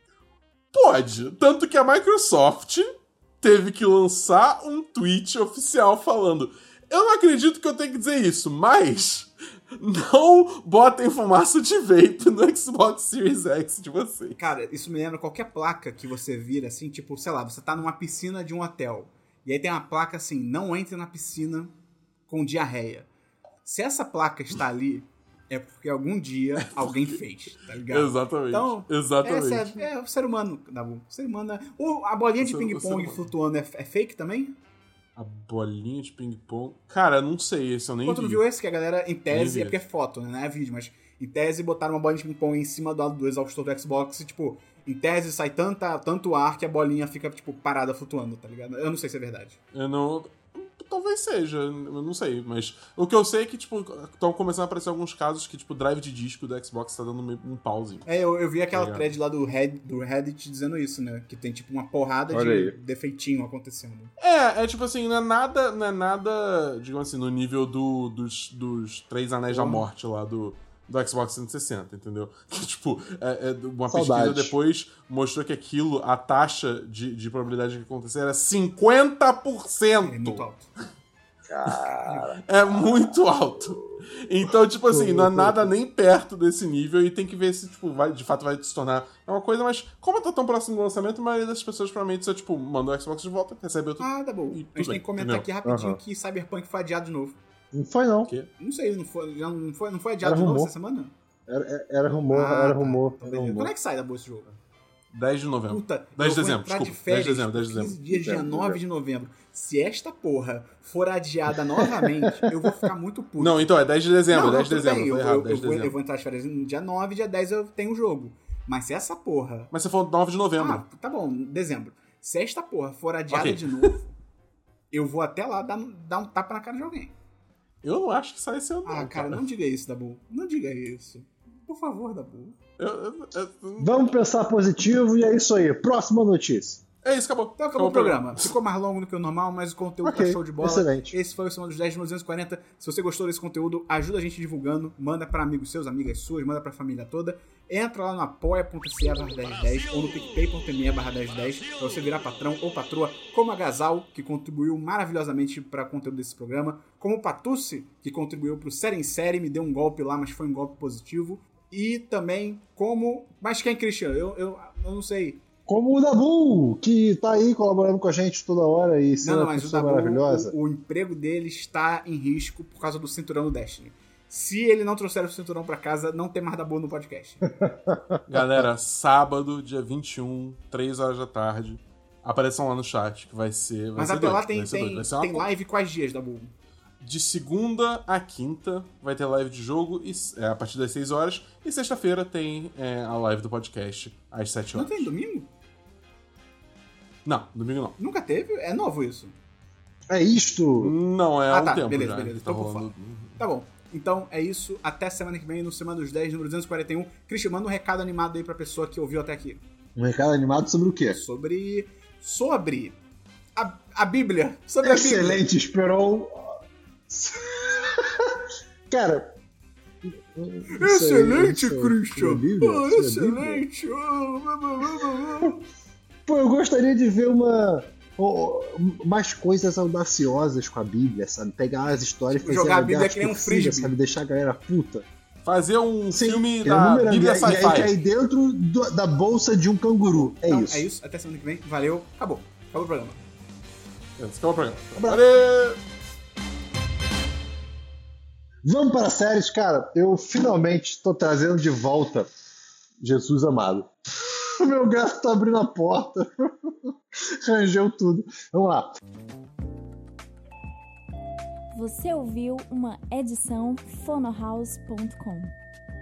Pode. Tanto que a Microsoft teve que lançar um tweet oficial falando: eu não acredito que eu tenho que dizer isso, mas não botem fumaça de vape no Xbox Series X de vocês. Cara, isso me lembra qualquer placa que você vira, assim, tipo, sei lá, você tá numa piscina de um hotel. E aí tem uma placa assim, não entre na piscina com diarreia. Se essa placa está ali, é porque algum dia alguém fez, tá ligado? Exatamente. Então, Exatamente. essa é, é o ser humano, Dabu. O ser humano é... O, a bolinha de O ser- o ser ping-pong humano. flutuando é, é fake também? A bolinha de ping-pong. Cara, não sei, esse eu nem Pô, tu vi. não viu esse? Que a galera, em tese, vi é porque é foto, né? Não é vídeo, mas em tese botaram uma bolinha de ping-pong em cima do, do exaustor do Xbox e, tipo, em tese sai tanta, tanto ar que a bolinha fica, tipo, parada flutuando, tá ligado? Eu não sei se é verdade. Eu não. talvez seja, eu não sei, mas o que eu sei é que, tipo, estão começando a aparecer alguns casos que, tipo, o drive de disco do Xbox tá dando um pauzinho. É, eu, eu vi aquela Tá thread lá do, Red, do Reddit dizendo isso, né? Que tem, tipo, uma porrada Olha de aí. defeitinho acontecendo. É, é tipo assim, não é nada, não é nada, digamos assim, no nível do, dos, dos Três Anéis da Uhum. Morte lá do, do Xbox trezentos e sessenta, entendeu? Que, tipo, é, é uma Saudade. pesquisa depois mostrou que aquilo, a taxa de, de probabilidade de acontecer era cinquenta por cento. É muito alto. Cara. É muito alto. Então, tipo assim, não é nada nem perto desse nível e tem que ver se, tipo, vai, de fato vai se tornar uma coisa, mas como tá tão próximo do lançamento, a maioria das pessoas provavelmente só, tipo, manda o Xbox de volta, recebe outro. Ah, tá bom. E A gente tudo tem bem, que comentar entendeu? aqui rapidinho Aham. que Cyberpunk foi adiado de novo. Não foi, não. Quê? Não sei, não foi, já não foi, não foi adiado Era de novo rumor. essa semana? Era, era rumor, Ah, era tá. rumor. Então, Era beleza. rumor. Quando é que sai da boa esse jogo? dez de novembro. Puta, dez de eu vou dezembro, entrar desculpa. de férias dez de dezembro, dez de por dezembro. quinze dias, dia Dezembro, nove de novembro. Se esta porra for adiada novamente, eu vou ficar muito puto. Não, então é dez de dezembro, Não, não, dez de tudo dezembro, bem, foi eu, errado, eu, dez eu de vou, eu dezembro. vou entrar de férias no dia nove, dia dez eu tenho o jogo. Mas se essa porra... Mas você falou nove de novembro. Ah, tá bom, dezembro. Se esta porra for adiada Ok. de novo, eu vou até lá dar, dar um tapa na cara de alguém. Eu não acho que sai esse ano, Ah, não, cara, não diga isso, Dabu. Não diga isso. Por favor, Dabu. Eu- eu- eu- Vamos pensar positivo e é isso aí. Próxima notícia. É isso, acabou. Então acabou o programa. Ficou mais longo do que o normal, mas o conteúdo Ok, tá show de bola. excelente. Esse foi o Semana dos dez de duzentos e quarenta. Se você gostou desse conteúdo, ajuda a gente divulgando. Manda pra amigos seus, amigas suas, manda pra família toda. Entra lá no apoia.se barra dez dez ou no picpay.me barra dez dez pra você virar patrão ou patroa, como a Gazal, que contribuiu maravilhosamente para o conteúdo desse programa, como o Patucci, que contribuiu pro Série em Série, me deu um golpe lá, mas foi um golpe positivo. E também como... Mas quem, Christian? Eu, eu, eu não sei. Como o Dabu, que tá aí colaborando com a gente toda hora e sendo Não, não, uma mas o pessoa Dabu, maravilhosa. o, o emprego dele está em risco por causa do cinturão do Destiny. Se ele não trouxer o cinturão pra casa, não tem mais Dabu no podcast. Galera, sábado, dia vinte e um, três horas da tarde. Apareçam lá no chat, que vai ser. Vai Mas ser até doido, lá tem, vai ser doido. tem, Vai ser uma tem co- live quais dias, Dabu? De segunda a quinta vai ter live de jogo e, é, a partir das seis horas. E sexta-feira tem é, a live do podcast às sete Não horas. tem domingo? Não, domingo não. Nunca teve? É novo isso. É isto. Não, é há Ah, um tá, tempo beleza, já. beleza, que Tá tô por rolando... Tá bom. Então é isso. Até semana que vem no Semana dos dez, número duzentos e quarenta e um. Christian, manda um recado animado aí pra pessoa que ouviu até aqui. Um recado animado sobre o quê? Sobre... Sobre... A, a Bíblia. Sobre a Bíblia. Excelente, esperou. Cara. Excelente, isso aí, Christian. sobre a Bíblia, Ah, sobre a Bíblia. excelente. Ah, blá, blá, blá, blá. Pô, eu gostaria de ver uma. oh, mais coisas audaciosas com a Bíblia, sabe? Pegar as histórias e fazer Jogar a ela Bíblia ganhar que nem um torcida, frisbee. sabe? Deixar a galera puta. Fazer um Sim, filme que é da número- Bíblia e aí- e aí cair Sci-Fi. dentro do- da bolsa de um canguru. É Então, isso. é isso. Até semana que vem. Valeu. Acabou. Acabou o programa. Esse acabou o programa. Abraço. Valeu! Vamos para séries, cara. Eu finalmente estou trazendo de volta Jesus amado. O meu gato tá abrindo a porta. Rangeu tudo. Vamos lá. Você ouviu uma edição fonohouse ponto com.